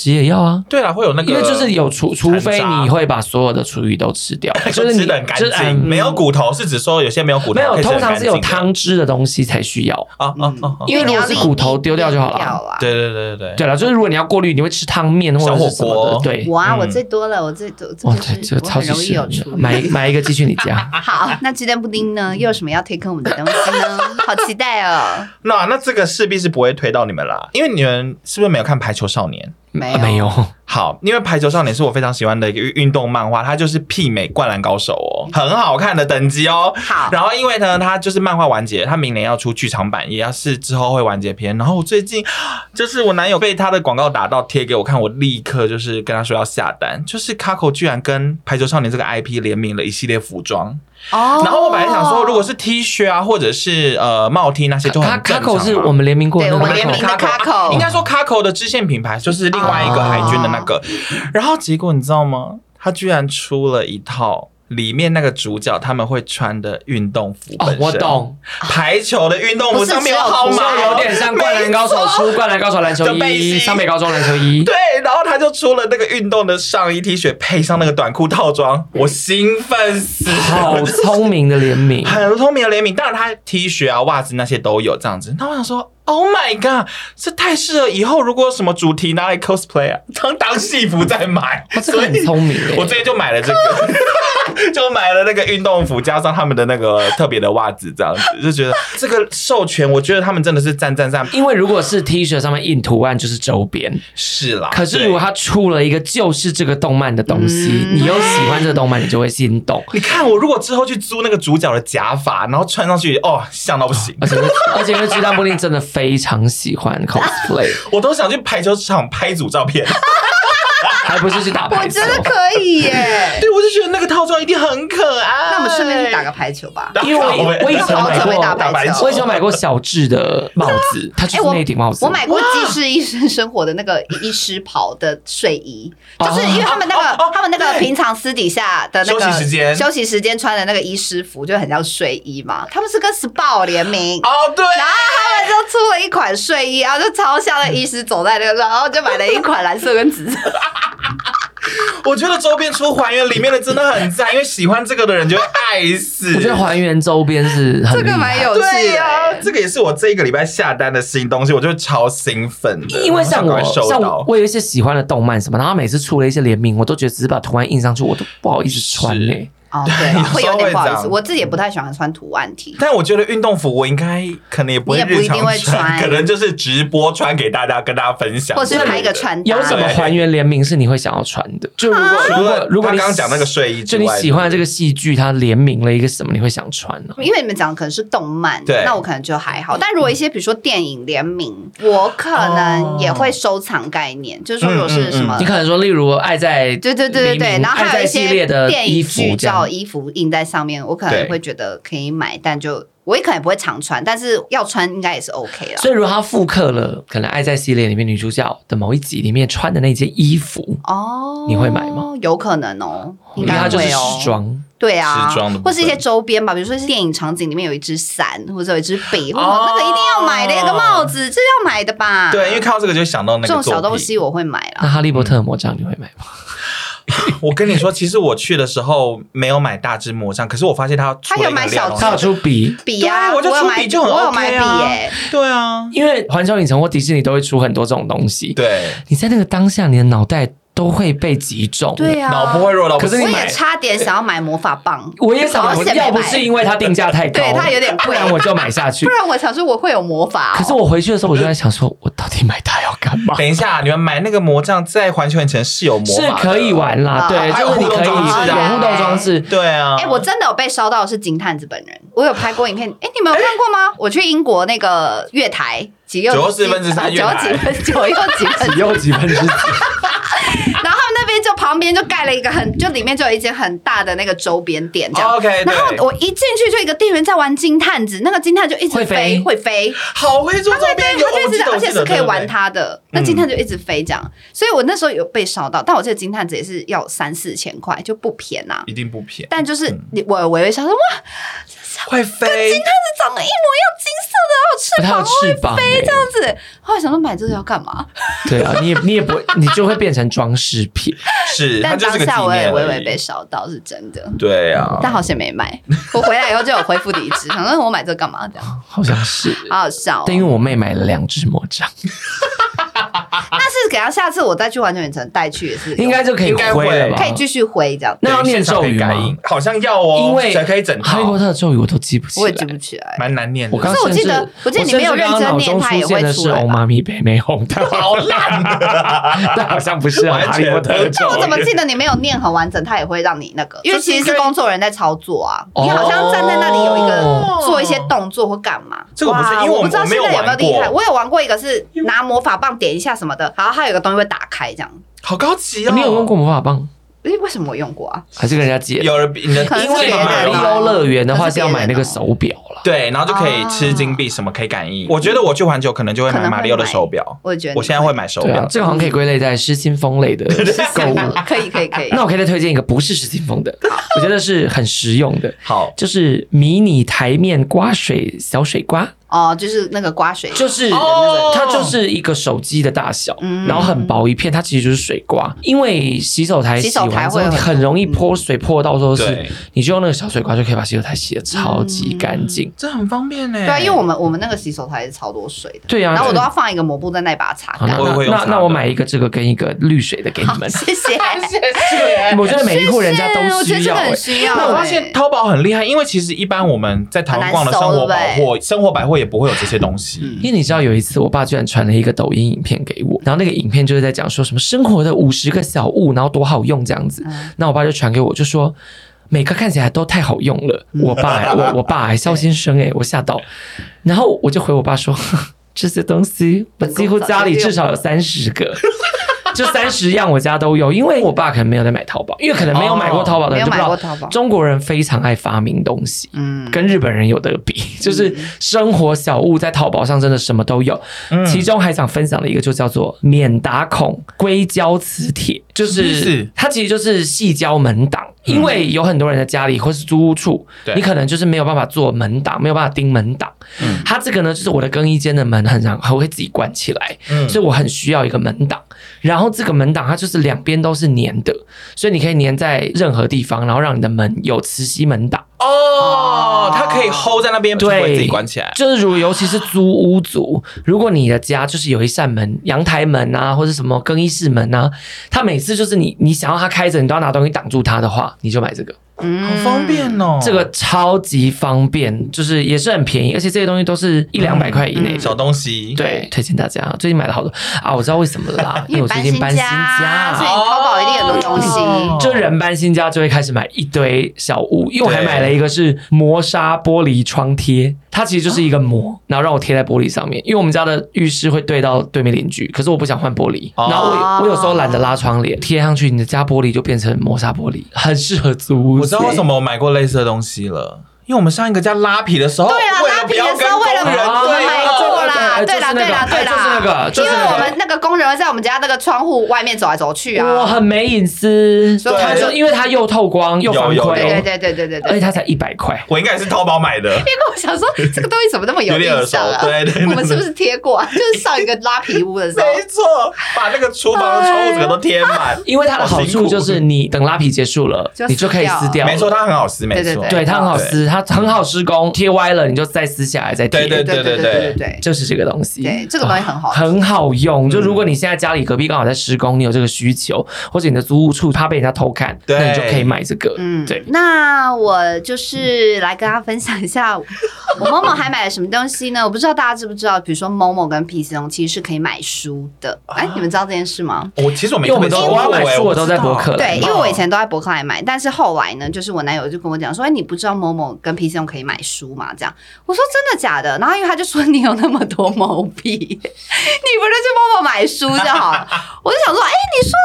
B: 实也要啊。
C: 对啦，会有那个，
B: 因为就是有除除非你会把所有的厨余都吃掉，就是
C: 吃的很干净、嗯，没有骨头，是指说有些没有骨头，
B: 没有，通常是有汤汁的东西才需要啊啊啊！因为如果是骨头丢掉就好了。
C: 对对对对对，
B: 对了，就是如果你要过滤，你会吃汤面或者是什么的，对。
A: 哇，我最多了，我最多，哇，这
B: 这超级容易有出，买买一个寄去你家。
A: 好，那鸡蛋布丁呢？又有什么要推坑我们的东西呢？好期待哦！
C: 那那这个势必是不会推到你们啦，因为你们是不是没有看《排球少年》？
A: 没有，
B: 没有。
C: 好，因为《排球少年》是我非常喜欢的一个运动漫画，它就是媲美《灌篮高手》哦，很好看的等级哦。
A: 好，
C: 然后因为呢，它就是漫画完结，它明年要出剧场版，也要是之后会完结篇。然后我最近就是我男友被他的广告打到贴给我看，我立刻就是跟他说要下单，就是 Kako 居然跟《排球少年》这个 I P 联名了一系列服装。哦，然后我本来想说，如果是 T 恤啊，或者是呃帽 T 那些就很正常嘛。
B: Kako 是我们联名过的，
A: 对，我们联名的 Kako，
C: 应该说 Kako 的支线品牌就是另外一个海军的那个。然后结果你知道吗？他居然出了一套。里面那个主角他们会穿的运动服本身，
B: 哦，我懂，
C: 排球的运动服上面有号码，
B: 有点像灌篮高手出灌篮高手篮球衣，上北高中篮球衣，
C: 对，然后他就出了那个运动的上衣 T 恤，配上那个短裤套装，我兴奋死了，
B: 好聪明的联名，
C: 很聪明的联名，当然他 T 恤啊、袜子那些都有这样子，那我想说。Oh my god！ 这太适合以后如果有什么主题拿来 cosplay 啊，当当戏服再买，
B: 哦、这个很聪明耶。
C: 我最近就买了这个，就买了那个运动服，加上他们的那个特别的袜子，这样子就觉得这个授权，我觉得他们真的是赞赞赞。
B: 因为如果是 T 恤上面印图案就是周边，
C: 是啦。
B: 可是如果他出了一个就是这个动漫的东西，嗯、你又喜欢这个动漫，你就会心动。
C: 你看我如果之后去租那个主角的假发，然后穿上去，哦，像到不行。
B: 而且而且因为鸡蛋布丁真的非常喜欢 cosplay，
C: 我都想去排球场拍组照片。
B: 还不是去打排球？
A: 我觉得可以耶！
C: 对，我就觉得那个套装一定很可爱。
A: 那我们顺便去打个排球吧。
B: 因为我我以前买过
A: 打排球，
B: 我以前买过小智的帽子，它就是那顶帽子。
A: 我买过技师医生生活的那个医师袍的睡衣，就是因为他们那个他们那个平常私底下的那个
C: 休息时间
A: 休息时间穿的那个医师服，就很像睡衣嘛。他们是跟 S P A 联名
C: 哦，对，
A: 然后他们就出了一款睡衣，然后就超像那医师走在那个，然后就买了一款蓝色跟紫色。
C: 我觉得周边出还原里面的真的很赞，因为喜欢这个的人就会爱死。
B: 我觉得还原周边是很
A: 这个蛮有趣的，
C: 对啊，这个也是我这一个礼拜下单的新东西，我就超兴奋的。
B: 因为像我像我，我有一些喜欢的动漫什么，然后每次出了一些联名，我都觉得只是把图案印上去，我都不好意思穿嘞、欸。
A: 哦，对，会有点不好意思。我自己也不太喜欢穿图案 T，
C: 但我觉得运动服我应该可能也不会日常穿，可能就是直播穿给大家，跟大家分享，
A: 或是拍一个穿搭。
B: 有什么还原联名是你会想要穿的？就如果、啊、如果如果你
C: 刚刚讲那个睡衣，
B: 就你喜欢的这个戏剧，它联名了一个什么，你会想穿呢？
A: 因为你们讲的可能是动漫，
C: 对，
A: 那我可能就还好。但如果一些比如说电影联名，我可能也会收藏概念，哦、就是说如果是什么、
B: 嗯嗯嗯，你可能说例如爱在
A: 对对对对对，然后还有一些电影剧照衣服印在。在上面，我可能会觉得可以买，但就我也可能也不会常穿，但是要穿应该也是 OK 啦。
B: 所以如果他复刻了可能《爱在》系列里面女主角的某一集里面穿的那件衣服，哦，你会买吗？
A: 有可能哦，应
B: 该会哦，因为它就是时装。
A: 对啊，
C: 时装的，
A: 或是一些周边吧，比如说是电影场景里面有一支伞，或者有一支笔，或者那个一定要买的一个帽子，这要买的吧？
C: 对，因为看到这个就想到那个
A: 这种小东西我会买啦。
B: 那哈利波特的魔杖你会买吗？
C: 我跟你说，其实我去的时候没有买大只魔杖，可是我发现他
A: 他有买小，
B: 他有出笔
A: 笔啊，
C: 我就出笔就很 OK 啊，我有买笔
A: 耶，
C: 对啊，
B: 因为环球影城或迪士尼都会出很多这种东西，
C: 对，
B: 你在那个当下，你的脑袋都会被击中，
A: 对啊，
C: 脑波会弱到不行。
A: 可是我也差点想要买魔法棒，
B: 我也想买，要不是因为它定价太高，
A: 对它有点贵，
B: 不然我就买下去。
A: 不然我想说我会有魔法、哦，
B: 可是我回去的时候，我就在想说，我到底买它要干嘛？
C: 等一下，你们买那个魔杖在环球影城是有魔法的，
B: 是可以玩啦，对，
C: 啊、
B: 就是你可以有互动装置，
C: 对啊。
A: 哎、欸，我真的有被烧到的是金探子本人，我有拍过影片，哎、欸，你们有看过吗？我去英国那个月台。几又
C: 九四分之三，
A: 九几分九又几分，
B: 几又几分之几。
A: 然后他们那边就旁边就盖了一个很，就里面就有一间很大的那个周边店这样。
C: OK，
A: 然后我一进去就一个店员在玩金探子，那个金探就一直飞，会飞，
C: 好会做周边，
A: 他就一直，而且是可以玩它的。那金探就一直飞这样，所以我那时候有被烧到，但我这个金探子也是要三四千块，就不便宜啊，
C: 一定不便宜。
A: 但就是我微微想说哇。
C: 会飞，
A: 跟金探子长得一模一样，金色的，然后我翅膀会飞这样子。后来想说买这个要干嘛？
B: 对啊，你也你也不会，你就会变成装饰品。
C: 是，
A: 但当下我也微微被烧到，是真的。
C: 对啊，
A: 但好险没买。我回来以后就有恢复理智，想说我买这个干嘛？这样
B: 好像是，
A: 好好笑、哦。
B: 但因为我妹买了两只魔杖。
A: 那是给他下次我再去环球影城带去也是，
B: 应该就可以挥了吧？
A: 可以继续挥这样。
B: 那要念咒语吗？
C: 好像要哦，
B: 因为
C: 才可以整套。
B: 哈利波特的咒语我都记不起来，
A: 我也记不起来，
C: 蛮难念的。
B: 我刚
A: 可是我记得，我记得你没有认真念，它也会出来。
B: 是欧妈咪北美红的，
C: 好烂的，
B: 但好像不是哈利波特的咒语。
A: 但我怎么记得你没有念很完整，它也会让你那个？因为其实是工作人在操作啊，你好像站在那里有一个做一些动作或干嘛。
C: 这个不是，因为我
A: 不知道现在有没有厉害。我有玩过一个是拿魔法棒点一下什么的，然后它有一个东西会打开，这样。
C: 好高级哦！
B: 你有用过魔法棒？
A: 诶，为什么我用过啊？
B: 还是跟人家借？
C: 有人你的，
B: 因为马里奥乐园的话是要买那个手表了，
C: 对，然后就可以吃金币，什么可以感应。我觉得我去环球可能就会买马里奥的手表。
A: 我觉得
C: 我现在会买手表，
B: 这个好像可以归类在失心疯类的购物。
A: 可以可以可以。
B: 那我可以再推荐一个不是失心疯的，我觉得是很实用的。
C: 好，
B: 就是迷你台面刮水小水刮。
A: 哦，就是那个刮水，
B: 就是它就是一个手机的大小，嗯、然后很薄一片，它其实就是水刮。因为洗手台洗完之后很容易泼水，泼到都是，你就用那个小水刮就可以把洗手台洗得超级干净，
C: 嗯、这很方便呢。
A: 对啊，因为我们我们那个洗手台是超多水的，
B: 对啊，
A: 然后我都要放一个抹布在那里把它擦干。
B: 那那那我买一个这个跟一个滤水的给你们，
A: 谢谢谢
B: 谢。我觉得每一户人家都需要，
A: 很需要。
C: 那我发现淘宝很厉害，因为其实一般我们在台湾逛的生活百货、生活百货也不会有这些东西。
B: 因为你知道有一次我爸居然传了一个抖音影片给我，然后那个影片就是在讲说什么生活的五十个小物，然后多好用这样子。那我爸就传给我，就说每个看起来都太好用了。我爸我我爸还肖先生哎，我吓到。然后我就回我爸说，这些东西我几乎家里至少有三十个。就三十样我家都有，因为我爸可能没有在买淘宝，因为可能没有买过淘宝的人就不知道，中国人非常爱发明东西，嗯，跟日本人有得比，就是生活小物在淘宝上真的什么都有。嗯、其中还想分享的一个就叫做免打孔硅胶磁铁，就是它其实就是矽胶门挡。因为有很多人的家里或是租屋处，你可能就是没有办法做门挡，没有办法钉门挡。嗯、它这个呢，就是我的更衣间的门很常还会自己关起来，嗯、所以我很需要一个门挡。然后这个门挡它就是两边都是粘的，所以你可以粘在任何地方，然后让你的门有磁吸门挡。
C: 哦，它可以 hold 在那边，不会自己关起来。
B: 就是如果尤其是租屋族，如果你的家就是有一扇门，阳台门啊，或者什么更衣室门啊，它每次就是你你想要它开着，你都要拿东西挡住它的话，你就买这个。
C: 嗯，好方便哦！
B: 这个超级方便，就是也是很便宜，而且这些东西都是一两百块以内、嗯嗯、
C: 小东西。
B: 对，推荐大家。最近买了好多啊，我知道为什么了啦，因为我最近搬新家，
A: 所以淘宝一定有很多东西。
B: 哦、就人搬新家就会开始买一堆小物，因为我还买了一个是磨砂玻璃窗贴，它其实就是一个膜，然后让我贴在玻璃上面，因为我们家的浴室会对到对面邻居，可是我不想换玻璃，哦、然后我我有时候懒得拉窗帘，贴上去你的家玻璃就变成磨砂玻璃，很适合租屋。
C: 我知道为什么我买过类似的东西了，因为我们上一个家拉皮的时候，
A: 对啦，拉皮的时候为了我们买过啦，对啦，对啦，对啦，
B: 就是那个，
A: 因为我们那个工人会在我们家那个窗户外面走来走去啊，
B: 我很没隐私，所以他就因为它又透光又防窥，
A: 对对对对对对，
B: 而且它才一百块，
C: 我应该也是淘宝买的，因
A: 为我想说这个东西怎么那么有印象啊？
C: 对对，
A: 我们是不是贴过啊？就是上一个拉皮屋的时候，
C: 没错，把那个厨房的窗户整个都贴满，
B: 因为它的好处就是你等拉皮结束了，你就可以撕掉，
C: 没错，它很好撕，没错，
B: 对，它很好撕，它很好施工，贴歪了你就再撕下来再贴，
C: 对对对对对对，
B: 就是这个东西，
A: 对，这个东西很好，
B: 很好用。就如果你现在家里隔壁刚好在施工，你有这个需求，或者你的租屋处怕被人家偷看，那你就可以买这个。嗯，对。
A: 那我就是来跟大家分享一下，我 Momo 还买了什么东西呢？我不知道大家知不知道，比如说 Momo 跟 P C 龙其实是可以买书的。哎，你们知道这件事吗？
C: 我其实我没，
B: 因为我们都我要买书，我都在博客来。
A: 对，因为我以前都在博客来买，但是后来呢，就是我男友就跟我讲说，哎，你不知道 Momo 跟 P C 龙可以买书吗？这样，我说真的假的？然后因为他就说你有那么多毛病，你不是去 Momo 买书就好了。我就想说，哎，你说的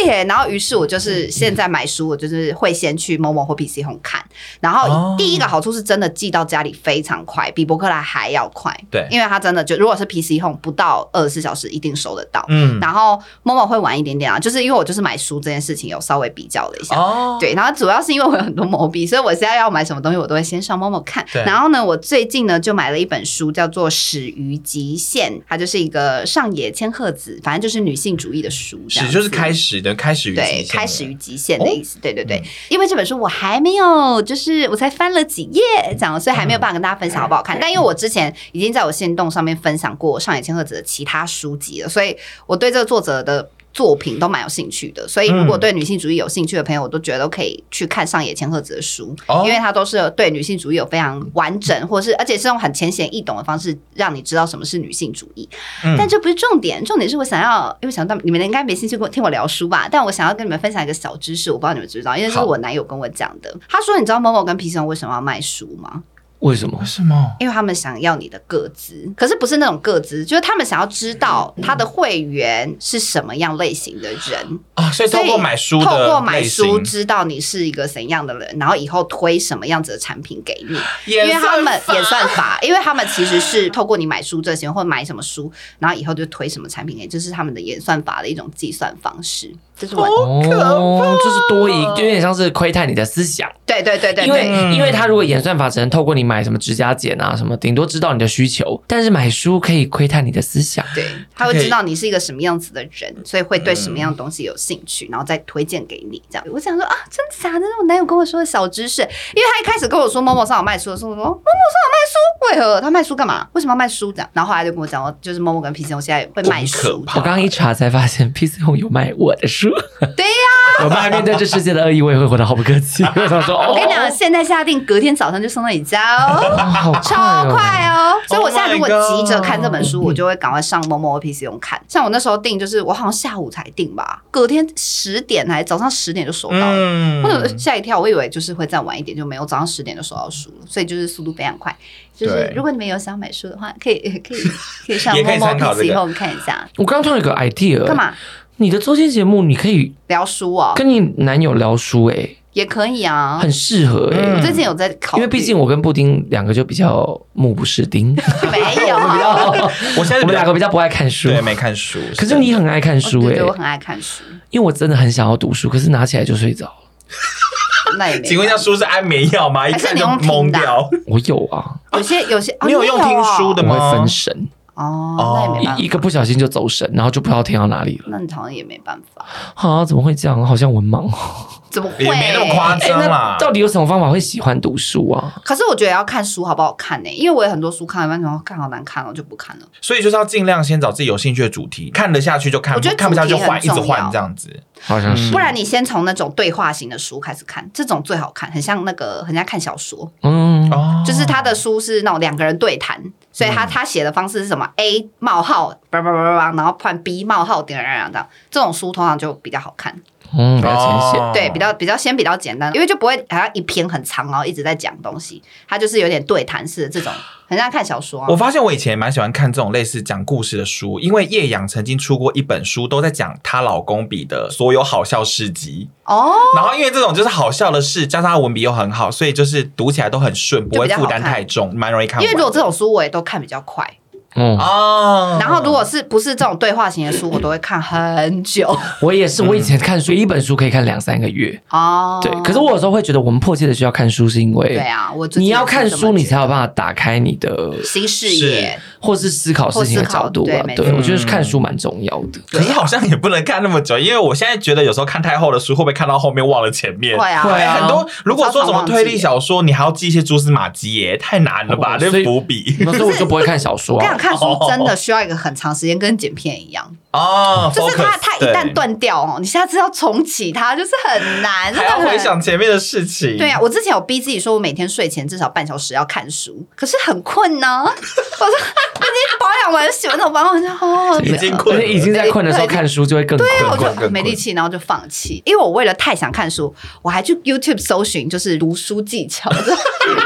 A: 耶。然后于是我就是现在买书，我就是会先去 Momo 或 P C Home 看。然后第一个好处是真的寄到家里非常快，比博客来还要快。
C: 对，
A: 因为它真的就如果是 P C Home 不到二十四小时一定收得到。
C: 嗯，
A: 然后 Momo 会晚一点点啊，就是因为我就是买书这件事情有稍微比较了一下。
C: 哦，
A: 对，然后主要是因为我有很多毛笔，所以我现在要买什么东西我都会先上 Momo 看。然后呢，我最近呢就买了一本书叫做《始于极限》，它就是一个上野千鹤子，反正就是女性主义的书。
C: 始就是开始的，开始于极限，
A: 对，开始于极限的意思。哦、对对对、嗯，因为这本书我还没有，就是我才翻了几页，这样，所以还没有办法跟大家分享好不好看。嗯、但因为我之前已经在我限动上面分享过上野千鹤子的其他书籍了，所以我对这个作者的作品都蛮有兴趣的，所以如果对女性主义有兴趣的朋友，我都觉得都可以去看上野千鹤子的书、哦、因为它都是对女性主义有非常完整，或是而且是用很浅显易懂的方式让你知道什么是女性主义、嗯、但这不是重点，重点是我想要，因为想到你们应该没兴趣听我聊书吧，但我想要跟你们分享一个小知识，我不知道你们知不知道，因为这是我男友跟我讲的。他说你知道 Momo 跟 P C Home 为什么要卖书吗？
B: 为什么？
C: 为什么？
A: 因为他们想要你的个资，可是不是那种个资，就是他们想要知道他的会员是什么样类型的人
C: 啊、哦，所以透过买书的，
A: 透过买书知道你是一个怎样的人，然后以后推什么样子的产品给你。因为他们演算法，因为他们其实是透过你买书这些或买什么书，然后以后就推什么产品给你，这是他们的演算法的一种计算方式。这是我
B: 哦，就是多一，就有点像是窥探你的思想。
A: 对对对对，
B: 因为、嗯、因为他如果演算法只能透过你买什么指甲剪啊什么，顶多知道你的需求，但是买书可以窥探你的思想。
A: 对，他会知道你是一个什么样子的人，所以会对什么样的东西有兴趣，然后再推荐给你。这样，我想说啊，真的假的？我男友跟我说的小知识，因为他一开始跟我说 Momo 上有卖书的时候，我说 Momo 上有卖书，为何他卖书干嘛？为什么要卖书？这样，然后后来就跟我讲，就是 Momo 跟 P C Home 现在会卖书。
B: 我刚刚一查才发现 P C Home 有卖我的书。
A: 对呀、
B: 啊，我们面对这世界的恶意，我也会活得好不客气。我想说，
A: 我跟你讲，现在下定，隔天早上就送到你家哦，
B: 哦哦
A: 超快哦。所以我现在如果急着看这本书， oh、我就会赶快上 Momo 或 P C Home 看。像我那时候订，就是我好像下午才订吧，隔天十点还早上十点就收到了，嗯、或者吓一跳，我以为就是会再晚一点，就没有，早上十点就收到书了，所以就是速度非常快。就是如果你们有想买书的话，可以可以可以上 Momo P C Home 看一下。
B: 我刚刚突然有个 idea，
A: 干嘛？
B: 你的周间节目你可以
A: 聊书哦，
B: 跟你男友聊书哎、欸，
A: 也可以啊，
B: 很适合哎、欸。
A: 我最近有在考虑，
B: 因为毕竟我跟布丁两个就比较目不识丁，
A: 没有，
B: 我现在我们两个比较不爱看书，
C: 对，没看书。
B: 可是你很爱看书哎、欸，
A: 对，我很爱看书，
B: 因为我真的很想要读书，可是拿起来就睡着了。
A: 那也没。
C: 请问一下，书是安眠药吗？一看就懵掉。
B: 我有啊，
A: 有些有些，
C: 你有用听书的吗？
B: 我会分神。
A: 哦，那也没办法，
B: 一个不小心就走神，然后就不知道听到哪里了。
A: 那你好像也没办法
B: 啊？怎么会这样？好像文盲哦。
A: 怎么会？
C: 也没那么夸张啦、
B: 欸。到底有什么方法会喜欢读书啊？
A: 可是我觉得要看书好不好看呢、欸？因为我有很多书看完，然后看好难看了，我就不看了。
C: 所以就是要尽量先找自己有兴趣的主题，看得下去就看，
A: 我觉得
C: 看不下去就换，一直换这样子。
B: 好像是。
A: 不然你先从那种对话型的书开始看，这种最好看，很像那个人家看小说。
B: 嗯，
A: 就是他的书是那种两个人对谈。所以他他写的方式是什么 ？A 冒号叭叭叭叭，然后换 B 冒号点点这样，这种书通常就比较好看。
B: 嗯，比较浅显，
A: 对，比较比较先比较简单，因为就不会好像一篇很长，然后一直在讲东西，它就是有点对谈式的这种，很像看小说、啊。
C: 我发现我以前也蛮喜欢看这种类似讲故事的书，因为叶阳曾经出过一本书，都在讲她老公比的所有好笑事迹。哦，然后因为这种就是好笑的事，加上他文笔又很好，所以就是读起来都很顺，不会负担太重，蛮容易看完。
A: 因为如果这种书我也都看比较快。
B: 嗯
C: 哦，
A: 然后如果是不是这种对话型的书，我都会看很久。
B: 我也是，我以前看书、嗯、一本书可以看两三个月。哦，对。可是我有时候会觉得，我们迫切的需要看书，是因为
A: 对啊，我
B: 你要看书，你才有办法打开你的
A: 新视野，
B: 或是思考事情的角度啊。对，对我觉得看书蛮重要的。
C: 可是好像也不能看那么久，因为我现在觉得有时候看太厚的书，会不会看到后面忘了前面？
A: 会啊，
B: 会啊。
C: 很多如果说什么推理小说，你还要记一些蛛丝马迹耶，太难了吧？那伏笔。
B: 所以我就不会看小说、啊。
A: 我跟你讲，看书真的需要一个很长时间，跟剪片一样
C: 哦，
A: 就是它它一旦断掉哦，你下次要重启它就是很难，
C: 还要回想前面的事情。
A: 对啊，我之前有逼自己说，我每天睡前至少半小时要看书，可是很困呢。我说已经保养完洗完澡，保养完就哦，
C: 已经困了，
B: 已经在困的时候看书就会更困。
A: 对啊，我就没力气，然后就放弃。因为我为了太想看书，我还去 YouTube 搜寻就是读书技巧。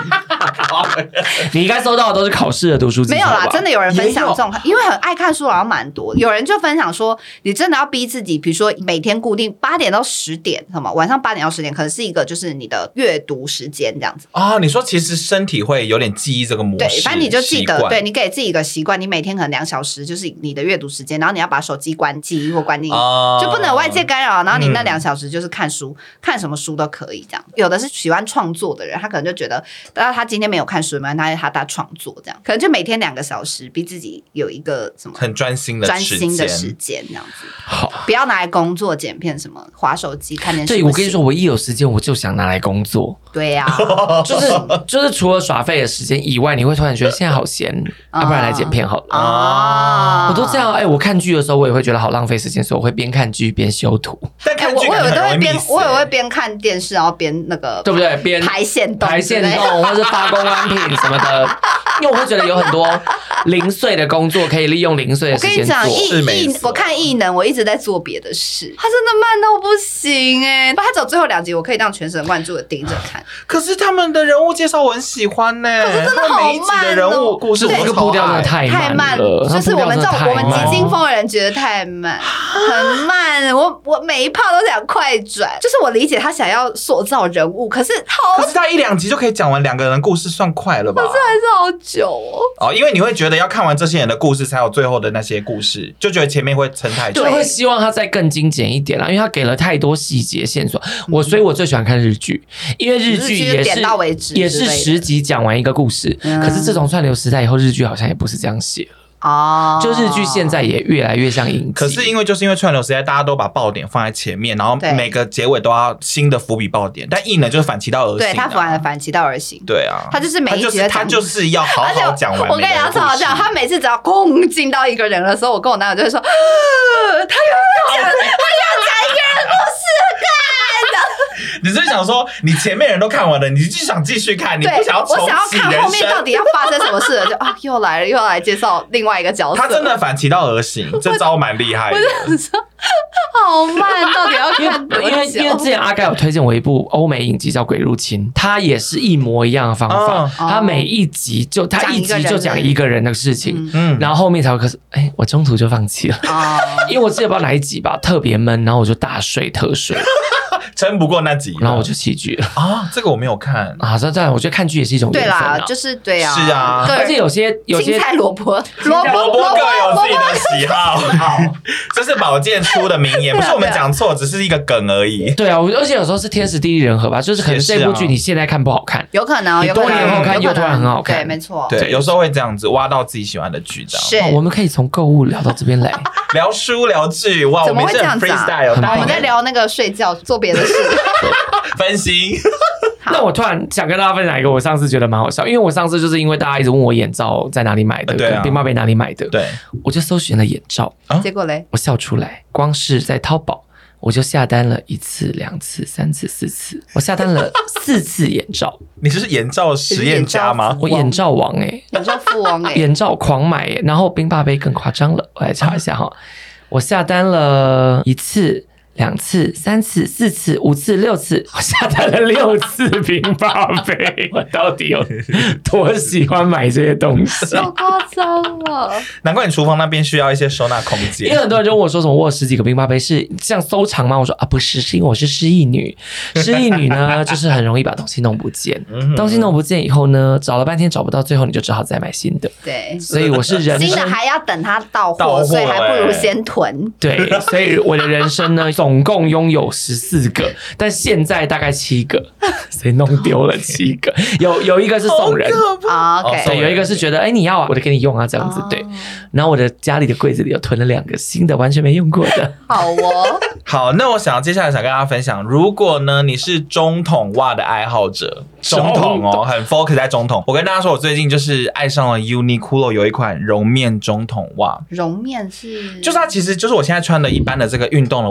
B: 你应该收到的都是考试的读书技巧吧？
A: 没有啦，真的有人分享这种，因为很爱看书，好像蛮多。有人就分享说，你真的要逼自己，比如说每天固定八点到十点，什么晚上八点到十点，可能是一个就是你的阅读时间这样子。
C: 哦，你说其实身体会有点记忆这个模式，
A: 对，反正你就记得，对你给自己一个习惯，你每天可能两小时就是你的阅读时间，然后你要把手机关机或关静音，哦、就不能有外界干扰。然后你那两小时就是看书，嗯、看什么书都可以这样。有的是喜欢创作的人，他可能就觉得，然后他今天没有看书，没关系，他他创作这样，可能就每天两个小时，逼自己有一个什么
C: 很专心的
A: 专心的时间这样子。
B: 好，
A: 不要拿来工作、剪片什么、滑手机、看电视。
B: 对，我跟你说，我一有时间我就想拿来工作。
A: 对呀、
B: 啊，就是就是除了耍废的时间以外，你会突然觉得现在好闲，要、啊、不然来剪片好了。啊，我都这样。哎、欸，我看剧的时候，我也会觉得好浪费时间，所以我会边看剧边修图。
C: 但看剧、欸、
A: 我我有的会边，我也会边看电视，然后边那个
B: 对不对？边
A: 排线动、
B: 排线动，或是发公关品什么的。因为我会觉得有很多零碎的工作可以利用零碎的时间做。
A: 我跟你讲，异我看异能，我一直在做别的事，他真的慢到不行哎、欸！他走最后两集，我可以这样全神贯注的盯着看。
C: 可是他们的人物介绍我很喜欢呢、欸，
A: 可是真的好慢、哦、
C: 每一集的人物故事，
B: 这个步调真的太
A: 太慢了，就是我们这种我们急惊风的人觉得太慢，很慢。我我每一炮都想快转，就是我理解他想要塑造人物，可是好，
C: 可是他一两集就可以讲完两个人故事，算快了吧？
A: 可是还是好久哦。
C: 哦，因为你会觉得要看完这些人的故事，才有最后的那些故事，就觉得前面会撑太久。
B: 对，会希望他再更精简一点啦，因为他给了太多细节线索。我所以，我最喜欢看日剧，因为日剧也是也是十集讲完一个故事。嗯、可是自从串流时代以后，日剧好像也不是这样写了。
A: 哦，
B: 就日剧现在也越来越像影集，
C: 可是因为就是因为串流时代，大家都把爆点放在前面，然后每个结尾都要新的伏笔爆点，但异能就是反其道而行、啊，
A: 对他反而反其道而行，
C: 对啊，
A: 他就是每一集
C: 的他就是要好好讲完。
A: 我跟你讲超好笑，他每次只要攻进到一个人的时候，我跟我男友就会说，他又要讲，他又要讲一个人的故事，看。
C: 你是想说，你前面人都看完了，你就想继续看，你不想要重启人生？
A: 我想要看后面到底要发生什么事了，就啊，又来了，又要来介绍另外一个角色。
C: 他真的反其道而行，这招蛮厉害的。
A: 我就说好慢，到底要看多久？
B: 因为因为之前阿该有推荐我一部欧美影集叫《鬼入侵》，它也是一模一样的方法，它、哦、每一集就它一集就讲一个人的事情，嗯，然后后面才会可是哎，我中途就放弃了，哦、因为我记得不知道哪一集吧，特别闷，然后我就大睡特睡。
C: 撑不过那集，
B: 然后我就弃剧了
C: 啊！这个我没有看
B: 啊，这这样我觉得看剧也是一种缘分啊，
A: 对啦，就是对啊，
C: 是啊，
B: 而且有些有些
A: 青菜萝卜
C: 萝卜萝卜各有自己的喜好，好，这是宝剑出的名言，不是我们讲错，只是一个梗而已。
B: 对啊，而且有时候是天时地利人和吧，就是可能这部剧你现在看不好看，
A: 有可能，
B: 你多年后看又突然很好看，
A: 对，没错，
C: 对，有时候会这样子挖到自己喜欢的剧的。
A: 是，
B: 我们可以从购物聊到这边来，
C: 聊书聊剧，哇，
A: 怎么会这样子
C: 啊？
A: 我们在聊那个睡觉做别的事。
C: 分析。
B: 那我突然想跟大家分享一个我上次觉得蛮好笑，因为我上次就是因为大家一直问我眼罩在哪里买的，对、啊，跟冰帽杯哪里买的，
C: 对，
B: 我就搜寻了眼罩，
A: 啊、结果嘞，
B: 我笑出来，光是在淘宝我就下单了一次、两次、三次、四次，我下单了四次眼罩。
C: 你是眼罩实验家吗？
B: 我眼罩王哎、欸，
A: 眼罩富王哎、欸，
B: 眼罩狂买哎、欸，然后冰霸杯更夸张了，我来查一下哈，啊、我下单了一次。两次、三次、四次、五次、六次，我下单了六次冰霸杯。我到底有多喜欢买这些东西？
A: 好夸张了！
C: 难怪你厨房那边需要一些收纳空间。
B: 因为很多人就问我说：“什么？我有十几个冰霸杯是这样收藏吗？”我说：“啊，不是，是因为我是失忆女。失忆女呢，就是很容易把东西弄不见。东西弄不见以后呢，找了半天找不到，最后你就只好再买新的。
A: 对，
B: 所以我是人生
A: 新的还要等它到货，所以还不如先囤。
B: 对，所以我的人生呢。总共拥有十四个，但现在大概七个，所以弄丢了七个。有有一个是送人
A: 啊， okay
B: 对，有一个是觉得哎、欸、你要啊，我就给你用啊这样子，对。然后我的家里的柜子里有囤了两个新的，完全没用过的。
A: 好哦，
C: 好，那我想接下来想跟大家分享，如果呢你是中筒袜的爱好者，中筒哦，很 focus 在中筒。我跟大家说，我最近就是爱上了 Uniqlo 有一款绒面中筒袜。
A: 绒面是，
C: 就是它其实就是我现在穿的一般的这个运动的袜，但是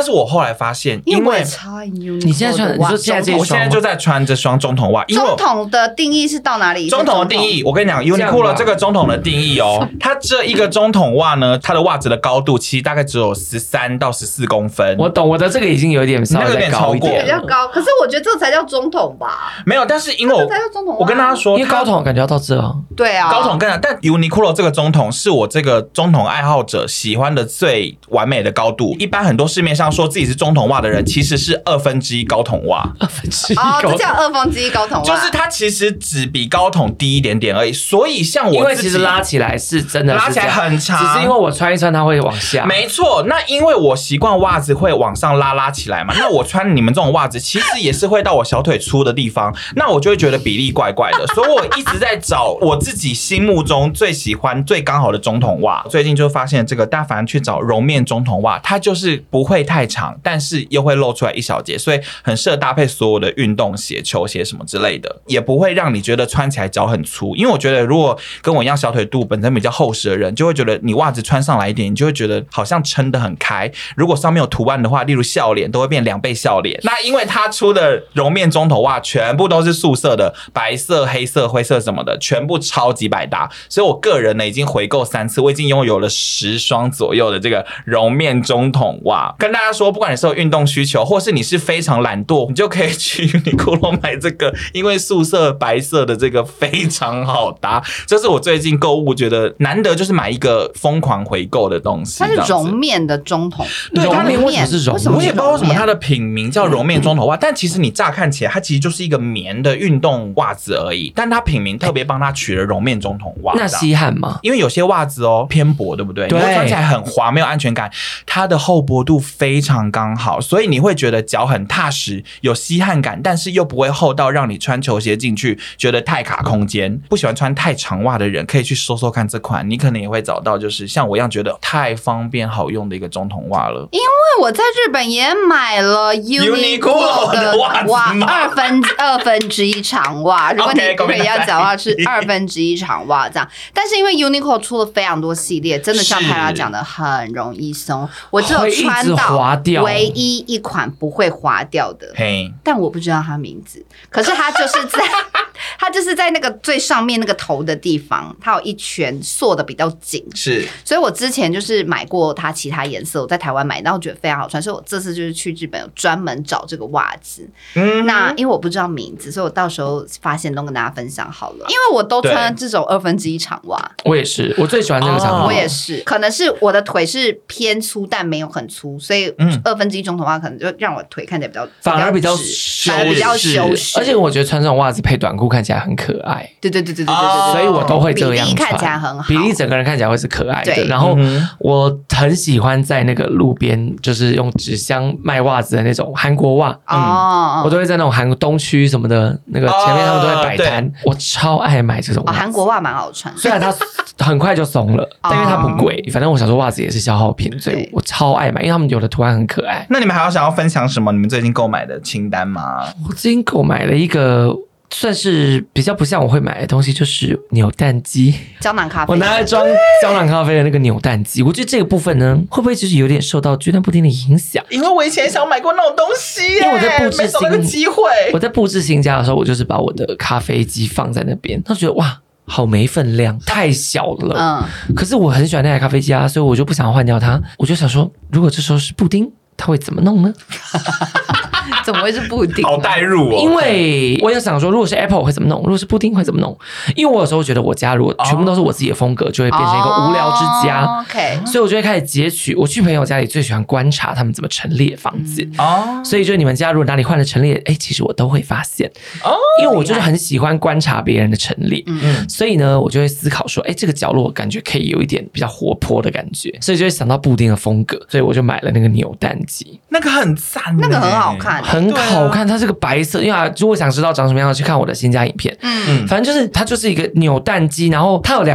C: 是我后来发现，因为
A: 你
B: 现在穿，你说现在
C: 我现在就在穿这双中筒袜。
A: 中筒的定义是到哪里？
C: 中筒的定义，我跟你讲 ，Uniqlo 这个中筒的定义哦，它这一个中筒袜呢，它的袜子的高度其实大概只有十三到十四公分。
B: 我懂，我的这个已经有一点稍微再高一点，
A: 比较高。可是我觉得这个才叫中筒吧？
C: 没有，但是因为我我跟大家说，
B: 因为高筒感觉要到这啊。
A: 对啊，
C: 高筒更难。但 Uniqlo 这个中筒是我这个中筒爱好者喜欢的最完美的高度。一般很多市面上说自己是中筒袜的人，其实是二分之一高筒袜。
B: 二分之一
A: 哦，这叫二分之一高筒袜，
C: 就是它其实只比高筒低一点点而已。所以像我自己，
B: 因为其实拉起来是真的是
C: 拉起来很长，
B: 只是因为我穿一穿它会往下。
C: 没错，那因为我习惯袜子会往上拉拉起来嘛，那我穿你们这种袜子，其实也是会到我小腿粗的地方，那我就会觉得比例怪怪的。所以我一直在找我自己心目中最喜欢、最刚好的中筒袜。最近就发现这个，大家反而去找绒面中筒袜，它就是不会太长，但是又会露出来一小节，所以很适合搭配所有的运动鞋、球鞋什么之类的，也不会让你觉得穿起来脚很粗。因为我觉得，如果跟我一样小腿肚本身比较厚实的人，就会觉得你袜子穿上来一点，你就会觉得好像撑得很开。如果上面有图案的话，例如笑脸，都会变两倍笑脸。那因为它出的绒面中筒袜全部都是素色的，白色、黑色、灰色什么的，全部超级百搭。所以我个人呢已经回购三次，我已经拥有了十双左右的这个绒面中筒袜。跟大家说，不管你是有运动需求，或是你是非常懒惰，你就可以去 Uniqlo 买这个，因为素色白色的这个非常好搭。这是我最近购物觉得难得，就是买一个疯狂回购的东西。
A: 它是绒面的中筒，
B: 对，绒面为什么是绒面？
C: 我也不知道为什么它的品名叫绒面中筒袜，但其实你乍看起来，它其实就是一个棉的运动袜子而已。但它品名特别帮它取了绒面中筒袜。
B: 那稀罕吗？
C: 因为有些袜子哦偏薄，对不对？
B: 对，
C: 你会穿起来很滑，没有安全感。它的厚薄度非常刚好，所以你会觉得脚很踏实，有吸汗感，但是又不会厚到让你穿球鞋进去觉得太卡空间。不喜欢穿太长袜的人可以去搜搜看这款，你可能也会找到就是像我一样觉得太方便好用的一个中筒袜了。
A: 因为我在日本也买了 Uniqlo 的袜，二分二分之一长袜。如果你如果要讲的话是二分之一长袜这样，但是因为 Uniqlo 出了非常多系列，真的像泰拉讲的很容易松，我只有穿到唯一一款不会滑掉的，但我不知道它名字，可是它就是在它就是在那个最上面那个头的地方，它有一圈缩的比较紧，
C: 是，
A: 所以我之前就是买过它其他颜色，我在台湾买，然后觉得非常好穿，所以我这次就是去日本有专门找这个袜子。嗯，那因为我不知道名字，所以我到时候发现都跟大家分享好了。因为我都穿这种二分之一长袜，
B: 我也是，我最喜欢这个长袜，
A: 我也是，可能是我的腿是偏粗，但没有很粗，所以二分之一中筒袜可能就让我腿看起来比较
B: 反而比较
A: 反而比较修饰，
B: 而且我觉得穿这种袜子配短裤看起来很可爱。
A: 对对对对对对对，
B: 所以我都会这样穿，
A: 比例看起来很好，
B: 比例整个人看起来会是可爱的。然后我很喜欢在那个路边，就是用纸箱卖袜子的那种韩国袜，嗯，我都会在那种韩国东区什么的那个前面他们都会摆摊，我超爱买这种袜子。
A: 韩国袜蛮好穿，
B: 虽然它很快就松了，但因为它不贵，反正我想说袜子也是消耗品，所以我超爱买，因为他们有的图案很可爱。
C: 那你们还有想要分享什么你们最近购买的清单吗？
B: 我最近购买了一个算是比较不像我会买的东西，就是扭蛋机，
A: 胶囊咖啡。
B: 我拿来装胶囊咖啡的那个扭蛋机，我觉得这个部分呢，会不会就是有点受到巨蛋布丁的影响？
C: 因为我以前想买过那种东西耶，
B: 因为我在布置新
C: 机会，
B: 我在布置新家的时候，我就是把我的咖啡机放在那边，他觉得哇，好没分量，太小了。嗯，可是我很喜欢那台咖啡机啊，所以我就不想换掉它。我就想说，如果这时候是布丁，他会怎么弄呢？
A: 怎么会是布丁？
C: 好代入哦！
B: 因为我有想说，如果是 Apple 会怎么弄？如果是布丁会怎么弄？因为我有时候觉得我家如果全部都是我自己的风格，就会变成一个无聊之家。
A: 哦、OK，
B: 所以我就会开始截取。我去朋友家里最喜欢观察他们怎么陈列房子。哦、嗯，所以就你们家如果哪里换了陈列，哎，其实我都会发现。哦，因为我就是很喜欢观察别人的陈列。嗯，所以呢，我就会思考说，哎，这个角落我感觉可以有一点比较活泼的感觉，所以就会想到布丁的风格，所以我就买了那个扭蛋机。
C: 那个很赞，
A: 那个很好看，
B: 很好看。它是个白色，因为、啊、如果想知道长什么样，去看我的新家影片。嗯，反正就是它就是一个扭蛋机，然后它有两种，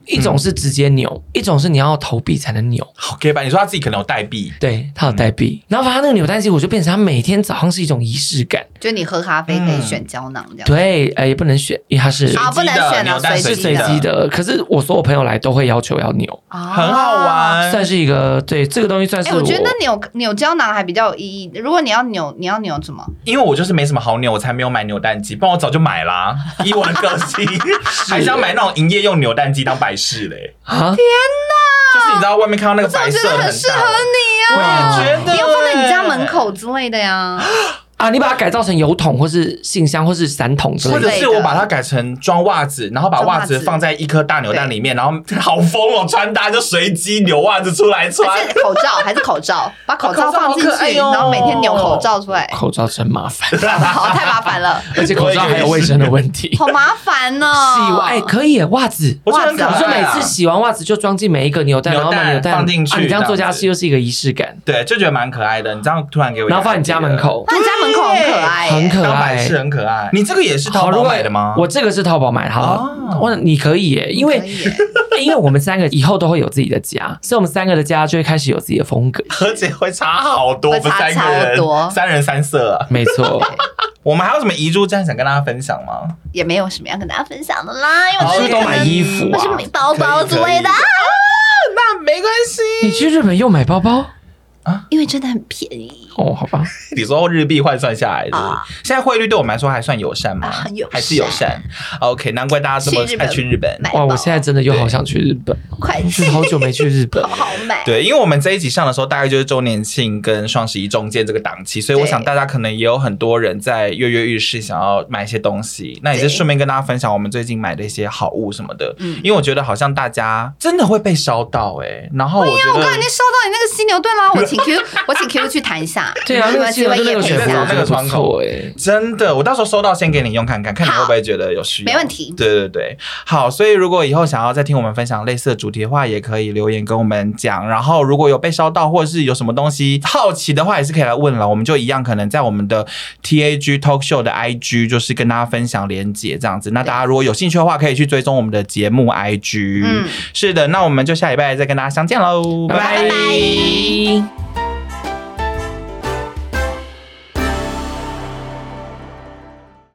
B: 一种是直接扭，一种是你要投币才能扭。
C: 好 ，OK 吧？你说他自己可能有代币，
B: 对他有代币，嗯、然后他那个扭蛋机，我就变成他每天早上是一种仪式感。
A: 就你喝咖啡可以选胶囊这样。
B: 对，呃，也不能选，因为它是
A: 啊，不能选啊，
B: 是随机的。可是我所有朋友来都会要求要扭，
A: 啊、
C: 很好玩，
B: 算是一个对这个东西算是我。
A: 欸、我觉得扭扭胶囊还比较有意义。如果你要扭，你要扭什么？
C: 因为我就是没什么好扭，我才没有买扭蛋机，不然我早就买啦。以我的个性，还是要买那种营业用扭蛋机当摆饰嘞。
B: 啊！
A: 天哪！
C: 就是你知道外面看到那个白色的很
A: 适合你啊！
C: 我也觉得，
A: 你要放在你家门口之类的呀。
B: 啊，你把它改造成油桶，或是信箱，或是伞桶之类的，
C: 或者是我把它改成装袜子，然后把袜子放在一颗大扭蛋里面，然后好疯哦，穿搭就随机扭袜子出来穿。
A: 还是口罩，还是口罩，把口罩放进去，然后每天扭口罩出来。
B: 口罩真麻烦，
A: 好，太麻烦了，
B: 而且口罩还有卫生的问题，
A: 好麻烦哦。
B: 洗完哎，可以袜子，
C: 袜子，你
B: 说每次洗完袜子就装进每一个扭蛋，然后把扭蛋
C: 放进去，
B: 你这样做家事又是一个仪式感，
C: 对，就觉得蛮可爱的。你这样突然给我，
B: 然后放你家门口，
A: 放你家门口很可爱。
B: 很可爱，
C: 是很可爱。你这个也是淘宝买的吗？
B: 我这个是淘宝买的。好，我你可以耶，因为因为我们三个以后都会有自己的家，所以我们三个的家就会开始有自己的风格，
C: 而且会差好多，
A: 会差超多，
C: 三人三色啊。
B: 没错。
C: 我们还有什么遗珠战想跟大家分享吗？
A: 也没有什么要跟大家分享的啦，因为
B: 我是都买衣服啊，
A: 我是买包包之类的。
C: 那没关系。
B: 你去日本又买包包？
A: 啊，因为真的很便宜
B: 哦，好吧。
C: 你说日币换算下来的，啊、现在汇率对我们来说还算友善吗？
A: 啊、很友善，
C: 还是友善。OK， 难怪大家这么爱去日本。
B: 哇，我现在真的又好想去日本，
A: 快
B: 去！好久没去日本，
A: 好好买。
C: 对，因为我们这一集上的时候，大概就是周年庆跟双十一中间这个档期，所以我想大家可能也有很多人在跃跃欲试，想要买一些东西。那也是顺便跟大家分享我们最近买的一些好物什么的。嗯，因为我觉得好像大家真的会被烧到哎、欸，然后我觉得
A: 我刚才已经烧到你那个犀牛盾啦，我请 Q， 我请 Q 去谈一下。
B: 对啊，那个犀牛盾那个水壶那个窗口哎，
C: 真的，我到时候收到先给你用看看，看你会不会觉得有需要。
A: 没问题。
C: 对对对，好，所以如果以后想要再听我们分享类似的主题的话，也可以留言跟我们讲。然后如果有被烧到，或者是有什么东西好奇的话，也是可以来问了。我们就一样，可能在我们的 T A G Talk Show 的 I G， 就是跟大家分享连结这样子。那大家如果有兴趣的话，可以去追踪我们的节目 I G。嗯，是的，那我们就下礼拜再跟大家相见喽，
B: 拜拜。